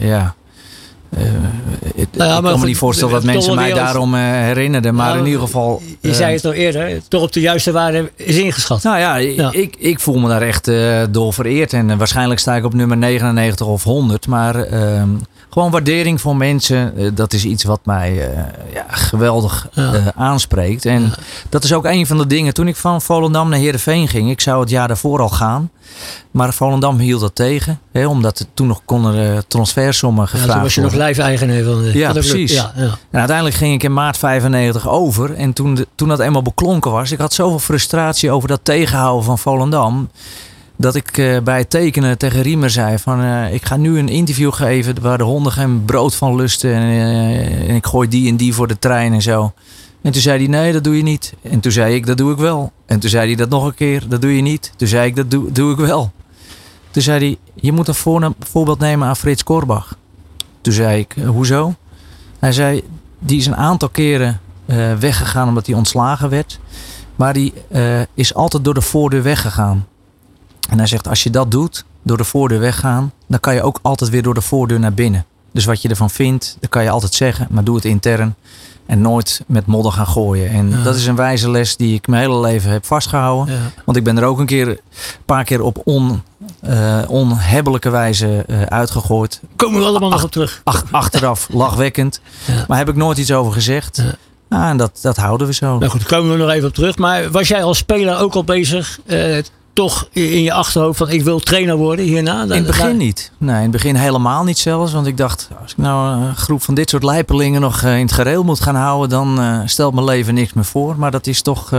ik kan me niet voorstellen dat mensen mij daarom herinnerden. Maar in ieder geval... Je zei het al eerder, toch op de juiste waarde is ingeschat. Nou ja, ik voel me daar echt door vereerd. En waarschijnlijk sta ik op nummer 99 of 100. Maar gewoon waardering voor mensen, dat is iets wat mij geweldig aanspreekt. En dat is ook een van de dingen. Toen ik van Volendam naar Heerenveen ging, ik zou het jaar daarvoor al gaan. Maar Volendam hield dat tegen. Omdat toen nog konden transfersommen gevraagd worden. Toen was je nog lijfeigenaar van de Ja, precies. Ja. En uiteindelijk ging ik in maart 95 over. En toen dat eenmaal beklonken was. Ik had zoveel frustratie over dat tegenhouden van Volendam. Dat ik bij het tekenen tegen Riemer zei van ik ga nu een interview geven waar de honden geen brood van lusten. En ik gooi die en die voor de trein en zo. En toen zei hij nee, dat doe je niet. En toen zei ik dat doe ik wel. En toen zei hij dat nog een keer, dat doe je niet. Toen zei ik dat doe ik wel. Toen zei hij je moet een voorbeeld nemen aan Frits Korbach. Toen zei ik hoezo? Hij zei die is een aantal keren weggegaan omdat hij ontslagen werd. Maar die is altijd door de voordeur weggegaan. En hij zegt, als je dat doet, door de voordeur weggaan, dan kan je ook altijd weer door de voordeur naar binnen. Dus wat je ervan vindt, dat kan je altijd zeggen, maar doe het intern. En nooit met modder gaan gooien. En dat is een wijze les die ik mijn hele leven heb vastgehouden. Ja. Want ik ben er ook een paar keer op onhebbelijke wijze uitgegooid. Komen we allemaal nog op terug. Achteraf lachwekkend. Ja. Maar heb ik nooit iets over gezegd. Ja. En dat houden we zo. Nou goed, daar komen we nog even op terug. Maar was jij als speler ook al bezig... toch in je achterhoofd van ik wil trainer worden hierna? In het begin niet. Nee, in het begin helemaal niet zelfs. Want ik dacht, als ik nou een groep van dit soort lijpelingen nog in het gereel moet gaan houden, dan stelt mijn leven niks meer voor. Maar dat is toch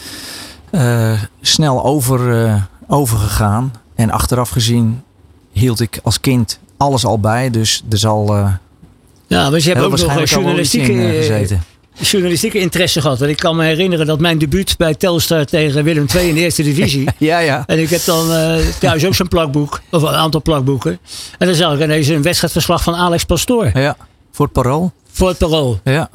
snel overgegaan. En achteraf gezien hield ik als kind alles al bij. Dus er zal maar je hebt ook nog journalistieke interesse gehad. Want ik kan me herinneren dat mijn debuut bij Telstar tegen Willem II in de eerste divisie. Ja. En ik heb dan thuis ook zo'n plakboek. Of een aantal plakboeken. En dan zag ik ineens een wedstrijdverslag van Alex Pastoor. Ja, voor het Parool. Voor het Parool. Ja.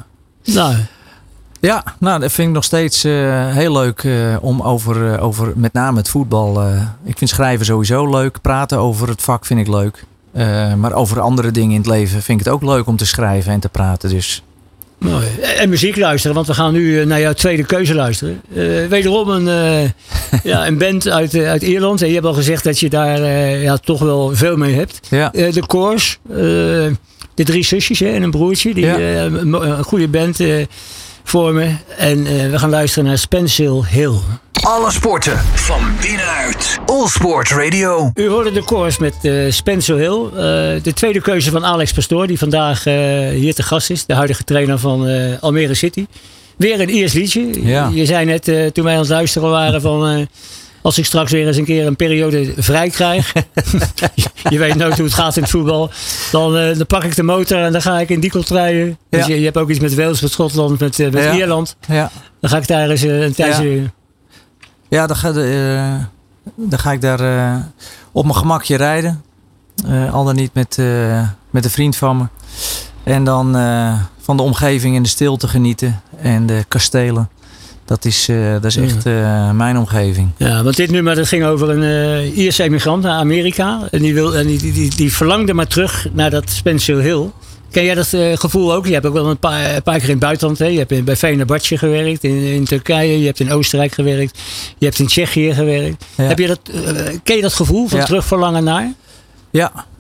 Nou, dat vind ik nog steeds heel leuk om over met name het voetbal. Ik vind schrijven sowieso leuk. Praten over het vak vind ik leuk. Maar over andere dingen in het leven vind ik het ook leuk om te schrijven en te praten. Dus... Mooi. En muziek luisteren, want we gaan nu naar jouw tweede keuze luisteren. Wederom een band uit Ierland. En je hebt al gezegd dat je daar toch wel veel mee hebt. Ja. De Coors, de 3 zusjes en een broertje. Die een goede band vormen. En we gaan luisteren naar Spencer Hill. Alle sporten van binnenuit. All Sport Radio. U hoorde de Coors met Spencer Hill. De tweede keuze van Alex Pastoor, die vandaag hier te gast is. De huidige trainer van Almere City. Weer een Iers liedje. Ja. Je zei net toen wij aan het luisteren waren van... als ik straks weer eens een keer een periode vrij krijg. Je weet nooit hoe het gaat in het voetbal. Dan pak ik de motor en dan ga ik in Diekel rijden. Dus je hebt ook iets met Wales, met Schotland, met Ierland. Ja. Dan ga ik daar eens een tijdje... Ja, dan ga ik daar op mijn gemakje rijden. Al dan niet met een vriend van me. En dan van de omgeving en de stilte genieten. En de kastelen. Dat is echt mijn omgeving. Ja, want dit nummer dat ging over een Ierse emigrant naar Amerika. En die verlangde maar terug naar dat Spencer Hill. Ken jij dat gevoel ook? Je hebt ook wel een paar keer in het buitenland. Hè? Je hebt bij Fenerbahce gewerkt, in Turkije. Je hebt in Oostenrijk gewerkt. Je hebt in Tsjechië gewerkt. Ja. Ken je dat gevoel van terugverlangen naar? Ja,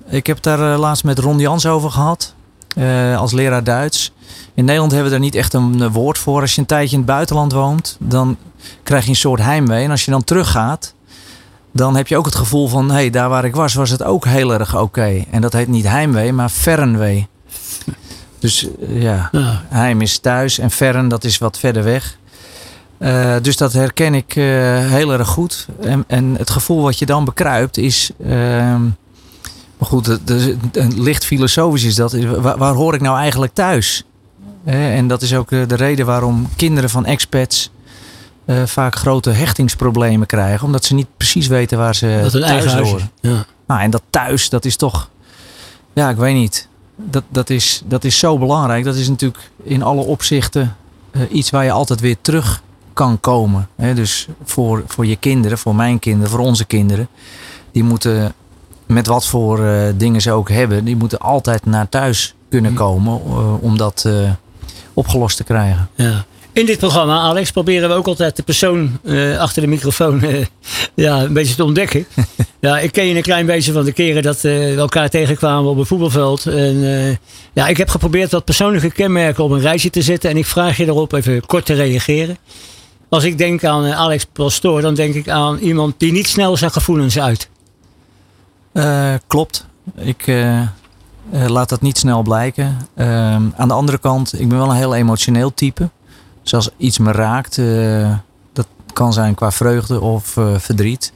Ik heb daar laatst met Ron Jans over gehad. Als leraar Duits. In Nederland hebben we daar niet echt een woord voor. Als je een tijdje in het buitenland woont, dan krijg je een soort heimwee. En als je dan teruggaat, dan heb je ook het gevoel van, hey, daar waar ik was het ook heel erg oké. En dat heet niet heimwee, maar fernwee. Dus heim is thuis en fern, dat is wat verder weg. Dus dat herken ik heel erg goed. En het gevoel wat je dan bekruipt is... maar goed, licht filosofisch is dat. Waar hoor ik nou eigenlijk thuis? En dat is ook de reden waarom kinderen van expats... vaak grote hechtingsproblemen krijgen. Omdat ze niet precies weten waar ze thuis horen. Ja. Nou, en dat thuis, dat is toch... Ja, ik weet niet. Dat is zo belangrijk. Dat is natuurlijk in alle opzichten iets waar je altijd weer terug kan komen. Dus voor je kinderen, voor mijn kinderen, voor onze kinderen. Die moeten, met wat voor dingen ze ook hebben, die moeten altijd naar thuis kunnen komen om dat opgelost te krijgen. Ja. In dit programma, Alex, proberen we ook altijd de persoon achter de microfoon een beetje te ontdekken. Ja, ik ken je een klein beetje van de keren dat we elkaar tegenkwamen op een voetbalveld. En ik heb geprobeerd wat persoonlijke kenmerken op een rijtje te zetten. En ik vraag je erop even kort te reageren. Als ik denk aan Alex Pastoor, dan denk ik aan iemand die niet snel zijn gevoelens uit. Klopt. Ik laat dat niet snel blijken. Aan de andere kant, ik ben wel een heel emotioneel type. Dus als iets me raakt, dat kan zijn qua vreugde of verdriet.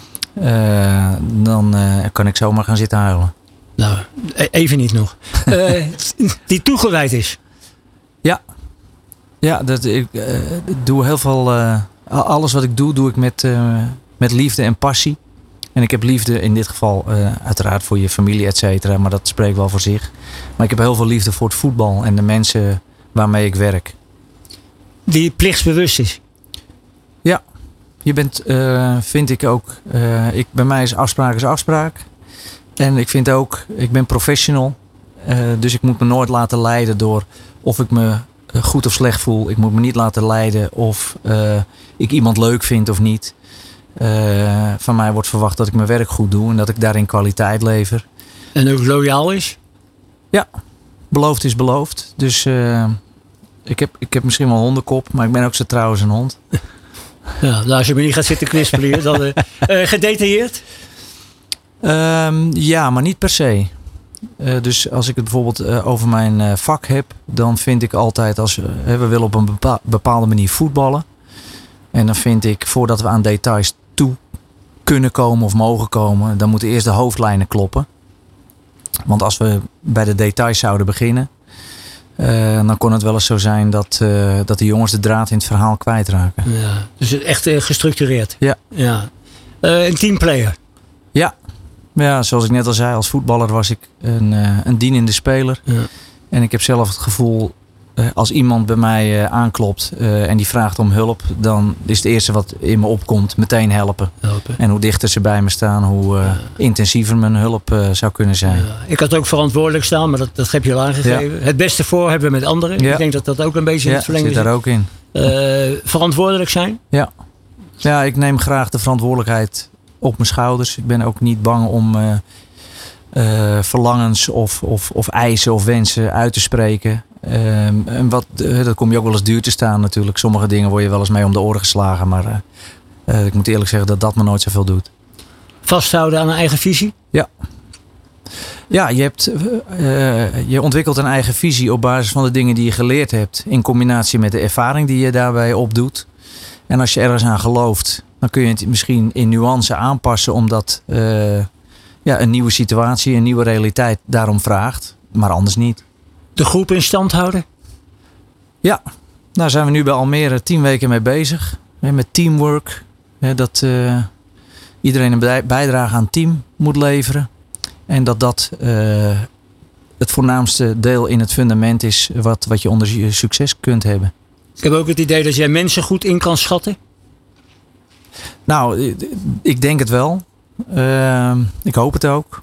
Dan kan ik zomaar gaan zitten huilen. Nou, even niet nog. Die toegewijd is. Ja. Ja, ik doe heel veel... alles wat ik doe, doe ik met liefde en passie. En ik heb liefde in dit geval uiteraard voor je familie, et cetera. Maar dat spreekt wel voor zich. Maar ik heb heel veel liefde voor het voetbal en de mensen waarmee ik werk. Die plichtsbewust is. Ja, je bent, vind ik ook, bij mij is afspraak. En ik vind ook, ik ben professional. Dus ik moet me nooit laten leiden door of ik me goed of slecht voel. Ik moet me niet laten leiden of ik iemand leuk vind of niet. Van mij wordt verwacht dat ik mijn werk goed doe en dat ik daarin kwaliteit lever. En ook loyaal is? Ja, beloofd is beloofd. Dus... Ik heb misschien wel een hondenkop, maar ik ben ook zo trouw als een hond. Ja, nou, als je me niet gaat zitten kwispelen, dan gedetailleerd? Ja, maar niet per se. Dus als ik het bijvoorbeeld over mijn vak heb, dan vind ik altijd we willen op een bepaalde manier voetballen. En dan vind ik, voordat we aan details toe kunnen komen of mogen komen, dan moeten eerst de hoofdlijnen kloppen. Want als we bij de details zouden beginnen, dan kon het wel eens zo zijn dat de jongens de draad in het verhaal kwijtraken. Ja, dus echt gestructureerd. Ja. Een teamplayer. Ja, zoals ik net al zei, als voetballer was ik een dienende speler. Ja. En ik heb zelf het gevoel, als iemand bij mij aanklopt en die vraagt om hulp, dan is het eerste wat in me opkomt meteen helpen. En hoe dichter ze bij me staan, hoe intensiever mijn hulp zou kunnen zijn. Ja. Ik had ook verantwoordelijk staan, maar dat heb je al aangegeven. Ja. Het beste voor hebben we met anderen. Ja. Ik denk dat dat ook een beetje in het verlengde zit. Daar ook in. Verantwoordelijk zijn? Ja, ik neem graag de verantwoordelijkheid op mijn schouders. Ik ben ook niet bang om verlangens of eisen of wensen uit te spreken. En dat kom je ook wel eens duur te staan natuurlijk. Sommige dingen word je wel eens mee om de oren geslagen. Maar ik moet eerlijk zeggen dat me nooit zoveel doet. Vasthouden aan een eigen visie? Ja, je ontwikkelt een eigen visie op basis van de dingen die je geleerd hebt. In combinatie met de ervaring die je daarbij opdoet. En als je ergens aan gelooft, dan kun je het misschien in nuance aanpassen. Omdat een nieuwe situatie, een nieuwe realiteit daarom vraagt. Maar anders niet. De groep in stand houden? Ja, daar zijn we nu bij Almere 10 weken mee bezig. Met teamwork. Dat iedereen een bijdrage aan het team moet leveren. En dat het voornaamste deel in het fundament is wat je onder je succes kunt hebben. Ik heb ook het idee dat jij mensen goed in kan schatten. Nou, ik denk het wel. Ik hoop het ook.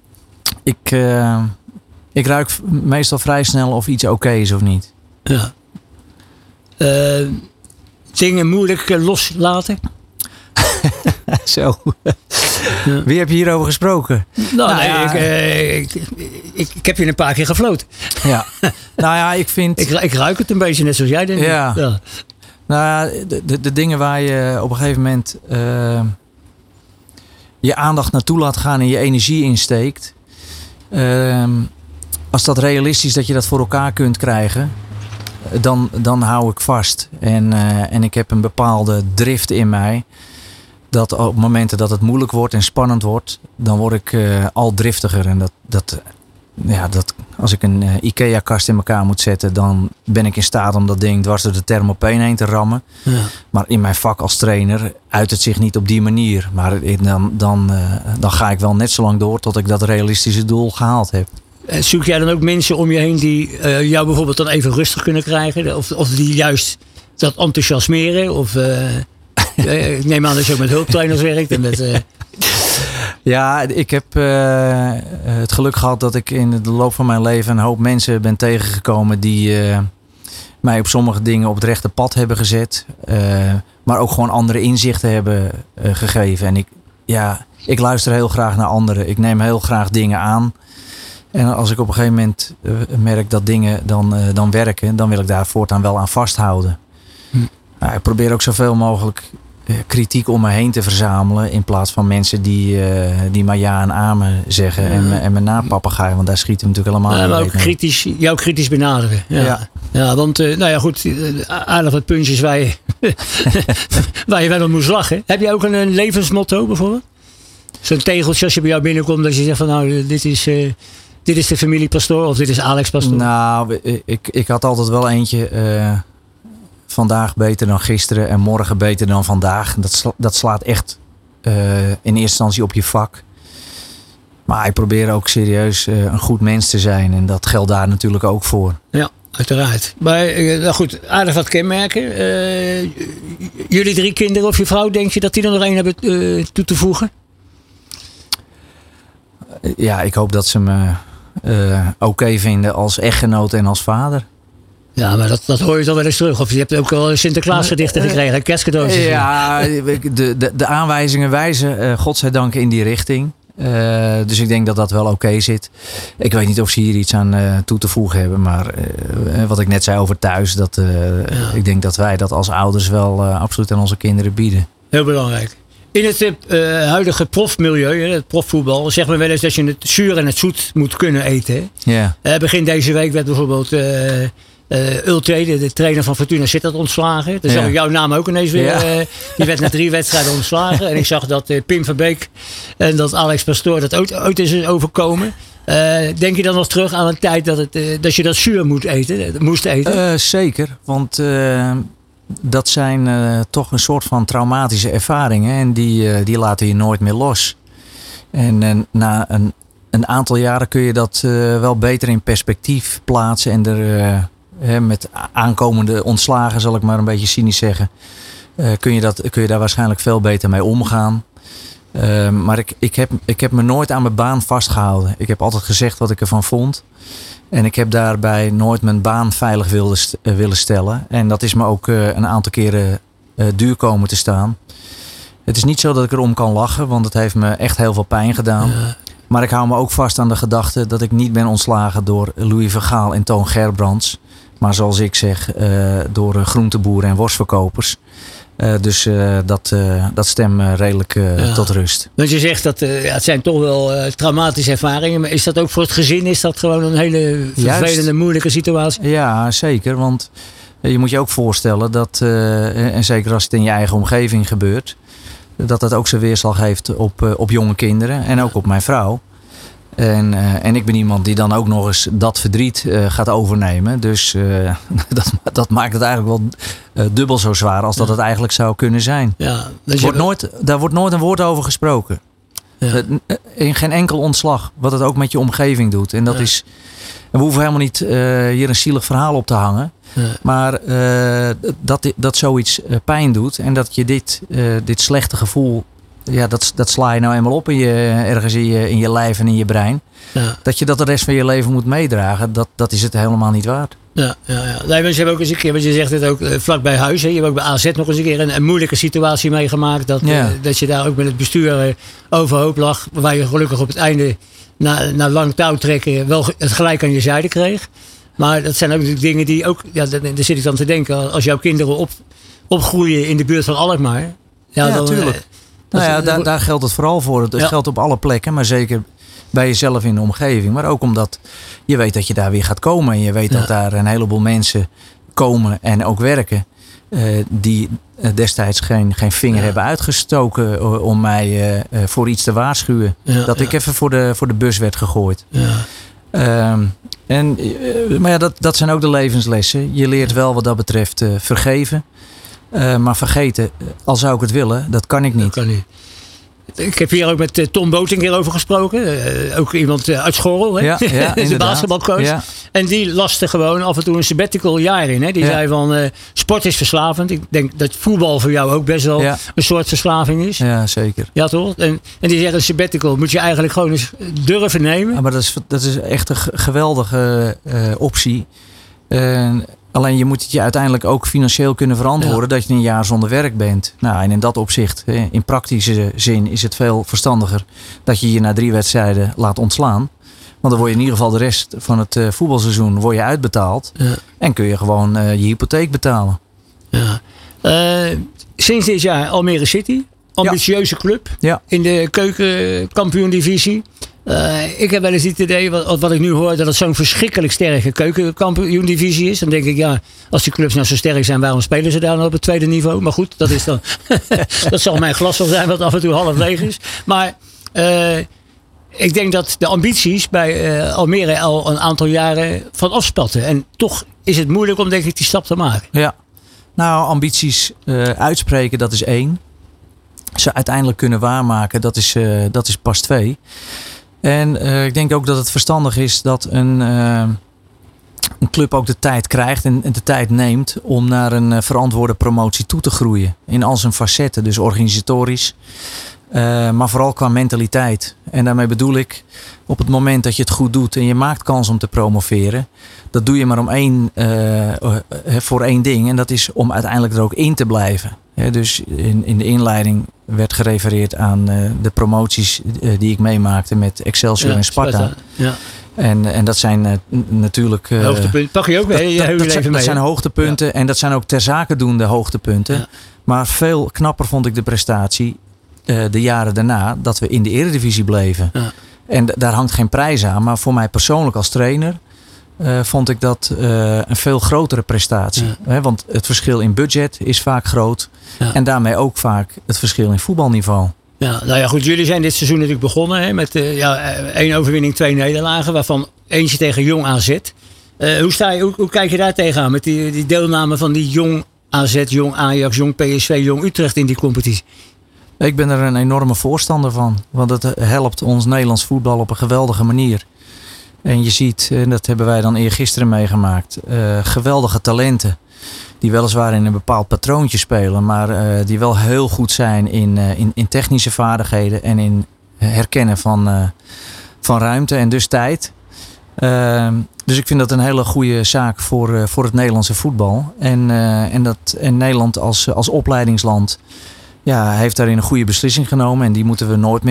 Ik ruik meestal vrij snel of iets oké is of niet. Ja. Dingen moeilijk loslaten? Zo. Ja. Wie heb je hierover gesproken? Ik heb je een paar keer gefloten. Ja. Nou ja, ik vind... Ik ruik het een beetje net zoals jij denkt. Ja. Nou ja, de dingen waar je op een gegeven moment je aandacht naartoe laat gaan en je energie insteekt. Als dat realistisch dat je dat voor elkaar kunt krijgen, dan hou ik vast. En ik heb een bepaalde drift in mij. Dat op momenten dat het moeilijk wordt en spannend wordt, dan word ik al driftiger. En dat als ik een IKEA-kast in elkaar moet zetten, dan ben ik in staat om dat ding dwars door de thermopeen heen te rammen. Ja. Maar in mijn vak als trainer uit het zich niet op die manier. Maar dan ga ik wel net zo lang door tot ik dat realistische doel gehaald heb. Zoek jij dan ook mensen om je heen die jou bijvoorbeeld dan even rustig kunnen krijgen? Of die juist dat enthousiasmeren? Of ik neem aan dat je ook met hulptrainers werkt. En met, Ja, ik heb het geluk gehad dat ik in de loop van mijn leven een hoop mensen ben tegengekomen die mij op sommige dingen op het rechte pad hebben gezet. Maar ook gewoon andere inzichten hebben gegeven. En ik luister heel graag naar anderen. Ik neem heel graag dingen aan. En als ik op een gegeven moment merk dat dingen dan werken, dan wil ik daar voortaan wel aan vasthouden. Nou, ik probeer ook zoveel mogelijk kritiek om me heen te verzamelen. In plaats van mensen die maar ja en amen zeggen. En me napapagaaien. Want daar schieten we natuurlijk helemaal maar ook jou kritisch benaderen. Ja, want goed. Aardig wat puntjes waar je wel om moest lachen. Heb je ook een levensmotto bijvoorbeeld? Zo'n tegeltje als je bij jou binnenkomt. Dat je zegt van nou dit is de familie Pastoor. Of dit is Alex Pastoor. Nou, ik had altijd wel eentje. Vandaag beter dan gisteren en morgen beter dan vandaag. Dat slaat echt in eerste instantie op je vak. Maar ik probeer ook serieus een goed mens te zijn. En dat geldt daar natuurlijk ook voor. Ja, uiteraard. Maar goed, aardig wat kenmerken. Jullie 3 kinderen of je vrouw, denk je dat die er nog één hebben toe te voegen? Ja, ik hoop dat ze me oké vinden als echtgenoot en als vader. Ja, maar dat hoor je toch wel eens terug. Of je hebt ook al Sinterklaasgedichten gekregen, kerstcadeautjes. Ja, de aanwijzingen wijzen godzijdank in die richting. Dus ik denk dat dat wel oké zit. Ik weet niet of ze hier iets aan toe te voegen hebben. Maar wat ik net zei over thuis. Ik denk dat wij dat als ouders wel absoluut aan onze kinderen bieden. Heel belangrijk. In het huidige profmilieu, het profvoetbal, zeggen we wel eens dat je het zuur en het zoet moet kunnen eten. Ja. Begin deze week werd bijvoorbeeld Ulte, de trainer van Fortuna Sittard, ontslagen. Dus zag ik jouw naam ook ineens weer. Ja. Die werd na 3 wedstrijden ontslagen. En ik zag dat Pim van Beek en dat Alex Pastoor dat ooit is overkomen. Denk je dan nog terug aan een tijd dat je dat zuur moest eten? Zeker, want dat zijn toch een soort van traumatische ervaringen. En die laten je nooit meer los. En na een aantal jaren kun je dat wel beter in perspectief plaatsen. En er met aankomende ontslagen, zal ik maar een beetje cynisch zeggen, kun je daar waarschijnlijk veel beter mee omgaan. Maar ik heb me nooit aan mijn baan vastgehouden. Ik heb altijd gezegd wat ik ervan vond. En ik heb daarbij nooit mijn baan veilig willen stellen. En dat is me ook een aantal keren duur komen te staan. Het is niet zo dat ik erom kan lachen, want het heeft me echt heel veel pijn gedaan. Ja. Maar ik hou me ook vast aan de gedachte dat ik niet ben ontslagen door Louis van Gaal en Toon Gerbrands. Maar zoals ik zeg, door groenteboeren en worstverkopers. Dus dat stemt redelijk tot rust. Want je zegt dat het zijn toch wel traumatische ervaringen. Maar is dat ook voor het gezin? Is dat gewoon een hele vervelende, moeilijke situatie? Ja, zeker. Want je moet je ook voorstellen dat, en zeker als het in je eigen omgeving gebeurt, dat ook zijn weerslag heeft op jonge kinderen en ook op mijn vrouw. En ik ben iemand die dan ook nog eens dat verdriet gaat overnemen. Dus dat maakt het eigenlijk wel dubbel zo zwaar als dat het eigenlijk zou kunnen zijn. Ja, daar wordt nooit een woord over gesproken. Ja. In geen enkel ontslag. Wat het ook met je omgeving doet. En dat is. En we hoeven helemaal niet hier een zielig verhaal op te hangen. Ja. Maar dat zoiets pijn doet. En dat je dit slechte gevoel. Ja, dat sla je nou eenmaal op ergens in je lijf en in je brein. Ja. Dat je dat de rest van je leven moet meedragen. Dat is het helemaal niet waard. Ja. Nee, maar ze hebben ook eens een keer, want je zegt het ook vlak bij huis. Hè. Je hebt ook bij AZ nog eens een keer een moeilijke situatie meegemaakt. Dat je daar ook met het bestuur overhoop lag. Waar je gelukkig op het einde na lang touwtrekken wel het gelijk aan je zijde kreeg. Maar dat zijn ook dingen die ook, daar zit ik dan te denken. Als jouw kinderen opgroeien in de buurt van Alkmaar. Ja, natuurlijk. Daar geldt het vooral voor. Het geldt op alle plekken, maar zeker bij jezelf in de omgeving. Maar ook omdat je weet dat je daar weer gaat komen. En je weet dat daar een heleboel mensen komen en ook werken. Die destijds geen vinger hebben uitgestoken om mij voor iets te waarschuwen. Ik even voor de bus werd gegooid. Maar dat zijn ook de levenslessen. Je leert wel wat dat betreft vergeven. Maar vergeten, al zou ik het willen, dat kan ik niet. Dat kan niet. Ik heb hier ook met Tom Boot een keer over gesproken. Ook iemand uit Schorrel. Hè? De basketbalcoach. Ja. En die laste gewoon af en toe een sabbatical jaar in. Hè? Die zei van sport is verslavend. Ik denk dat voetbal voor jou ook best wel een soort verslaving is. Ja, zeker. Ja, toch? En die zeggen een sabbatical moet je eigenlijk gewoon eens durven nemen. Ja, maar dat is echt een geweldige optie. Alleen je moet het je uiteindelijk ook financieel kunnen verantwoorden dat je een jaar zonder werk bent. Nou, en in dat opzicht, in praktische zin, is het veel verstandiger dat je je na 3 wedstrijden laat ontslaan. Want dan word je in ieder geval de rest van het voetbalseizoen uitbetaald. Ja. En kun je gewoon je hypotheek betalen. Ja. Sinds dit jaar Almere City. Ambitieuze club. Ja. In de keukenkampioen-divisie. Ik heb wel eens het idee, wat ik nu hoor, dat het zo'n verschrikkelijk sterke keukenkampioen-divisie is. Dan denk ik, als die clubs nou zo sterk zijn, waarom spelen ze daar nou op het tweede niveau? Maar goed, dat is dan dat zal mijn glas wel zijn, wat af en toe half leeg is. Maar ik denk dat de ambities bij Almere al een aantal jaren van afspatten. En toch is het moeilijk om, denk ik, die stap te maken. Ja, nou, ambities uitspreken, dat is 1. Ze uiteindelijk kunnen waarmaken, dat is pas 2. En ik denk ook dat het verstandig is dat een club ook de tijd krijgt en de tijd neemt om naar een verantwoorde promotie toe te groeien. In al zijn facetten, dus organisatorisch, maar vooral qua mentaliteit. En daarmee bedoel ik, op het moment dat je het goed doet en je maakt kans om te promoveren, dat doe je maar voor één ding. En dat is om uiteindelijk er ook in te blijven. Dus in de inleiding werd gerefereerd aan de promoties die ik meemaakte met Excelsior en Sparta. Ja. En dat zijn natuurlijk... hoogtepunten. Pak je ook dat zijn hoogtepunten en dat zijn ook ter zake doende hoogtepunten. Ja. Maar veel knapper vond ik de prestatie de jaren daarna dat we in de Eredivisie bleven. Ja. En daar hangt geen prijs aan. Maar voor mij persoonlijk als trainer vond ik dat een veel grotere prestatie. Ja. Want het verschil in budget is vaak groot. Ja. En daarmee ook vaak het verschil in voetbalniveau. Ja, nou ja, goed. Jullie zijn dit seizoen natuurlijk begonnen met 1 overwinning, 2 nederlagen. Waarvan eentje tegen Jong AZ. Hoe kijk je daar tegenaan met die deelname van die Jong AZ, Jong Ajax, Jong PSV, Jong Utrecht in die competitie? Ik ben er een enorme voorstander van. Want het helpt ons Nederlands voetbal op een geweldige manier. En je ziet, en dat hebben wij dan eergisteren meegemaakt, geweldige talenten. Die weliswaar in een bepaald patroontje spelen. Maar die wel heel goed zijn in technische vaardigheden. En in herkennen van ruimte en dus tijd. Dus ik vind dat een hele goede zaak voor het Nederlandse voetbal. En Nederland als opleidingsland heeft daarin een goede beslissing genomen. En die moeten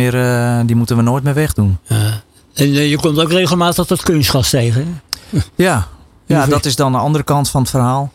we nooit meer wegdoen. En je komt ook regelmatig dat kunstgas tegen. Ja, dat is dan de andere kant van het verhaal.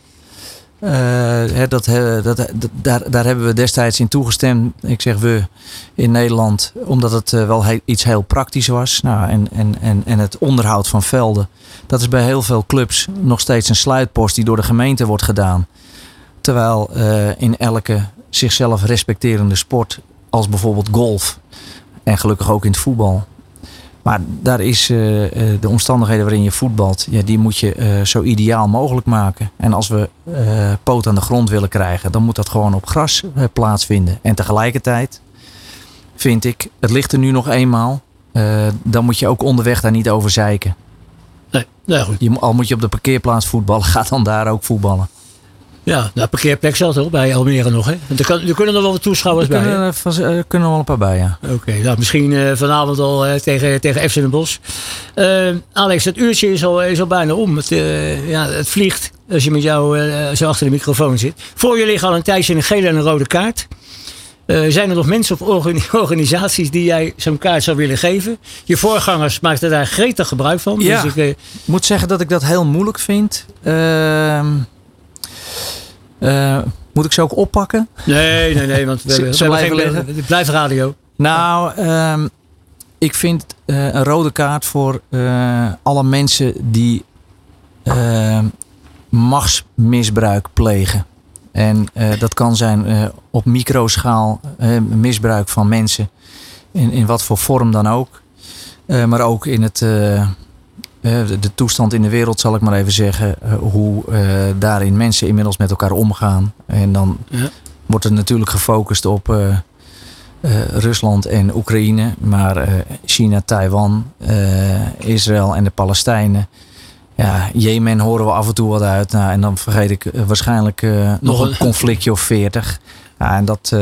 Daar hebben we destijds in toegestemd. Ik zeg we in Nederland. Omdat het wel iets heel praktisch was. Nou, en het onderhoud van velden. Dat is bij heel veel clubs nog steeds een sluitpost die door de gemeente wordt gedaan. Terwijl in elke zichzelf respecterende sport. Als bijvoorbeeld golf. En gelukkig ook in het voetbal. Maar daar is de omstandigheden waarin je voetbalt, die moet je zo ideaal mogelijk maken. En als we poot aan de grond willen krijgen, dan moet dat gewoon op gras plaatsvinden. En tegelijkertijd vind ik, het ligt er nu nog eenmaal, dan moet je ook onderweg daar niet over zeiken. Nee, goed. Al moet je op de parkeerplaats voetballen, ga dan daar ook voetballen. Ja, nou, parkeerplek zat er bij Almere nog, hè? Want er kunnen nog wel wat toeschouwers bij. Er kunnen wel een paar bij, ja. Oké, nou, misschien vanavond al tegen FC Den Bosch. Alex, het uurtje is al bijna om. Het vliegt als je met jou zo achter de microfoon zit. Voor je liggen al een tijdje een gele en een rode kaart. Zijn er nog mensen of organisaties die jij zo'n kaart zou willen geven? Je voorgangers maakten daar gretig gebruik van. Ja, dus ik moet zeggen dat ik dat heel moeilijk vind. Moet ik ze ook oppakken? Nee, want het blijft radio. Nou, ik vind een rode kaart voor alle mensen die machtsmisbruik plegen. En dat kan zijn op microschaal misbruik van mensen. In wat voor vorm dan ook. Maar ook in de toestand in de wereld, zal ik maar even zeggen. Hoe daarin mensen inmiddels met elkaar omgaan. En dan wordt het natuurlijk gefocust op Rusland en Oekraïne. Maar China, Taiwan, Israël en de Palestijnen. Ja, Jemen horen we af en toe wat uit. Nou, en dan vergeet ik waarschijnlijk nog een conflictje of 40. Ja, en dat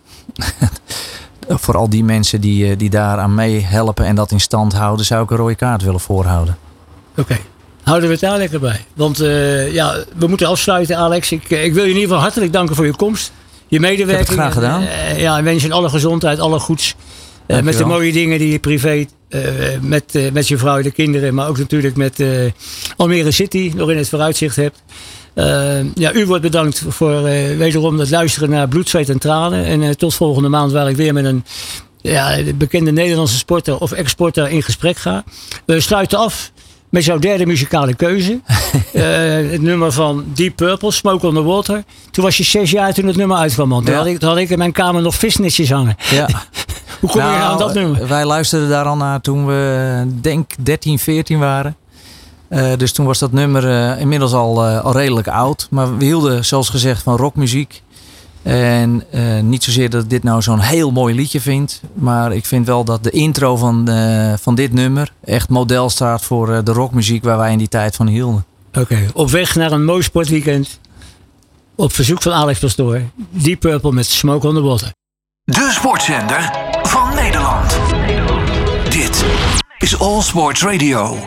voor al die mensen die daaraan meehelpen en dat in stand houden, zou ik een rode kaart willen voorhouden. Oké. Houden we het daar lekker bij. Want we moeten afsluiten, Alex. Ik wil je in ieder geval hartelijk danken voor je komst. Je medewerking. Ik heb het graag gedaan. Ik wens je alle gezondheid, alle goeds. Met de mooie dingen die je privé, met je vrouw en de kinderen, maar ook natuurlijk met Almere City nog in het vooruitzicht hebt. U wordt bedankt voor wederom het luisteren naar Bloed, Zweet en Tranen. En tot volgende maand, waar ik weer met een bekende Nederlandse sporter of exporter in gesprek ga. We sluiten af met jouw derde muzikale keuze. Het nummer van Deep Purple, Smoke on the Water. Toen was je 6 jaar toen het nummer uitkwam. Man. Toen had ik in mijn kamer nog visnetjes hangen. Ja. Hoe kom je aan dat nummer? Wij luisterden daar al naar toen we, denk 13, 14 waren. Dus toen was dat nummer inmiddels al redelijk oud. Maar we hielden, zoals gezegd, van rockmuziek. En niet zozeer dat ik dit nou zo'n heel mooi liedje vind. Maar ik vind wel dat de intro van dit nummer echt model staat voor de rockmuziek waar wij in die tijd van hielden. Oké, op weg naar een mooi sportweekend. Op verzoek van Alex Pastoor. Deep Purple met Smoke on the Water. De sportzender van Nederland. Dit is All Sports Radio.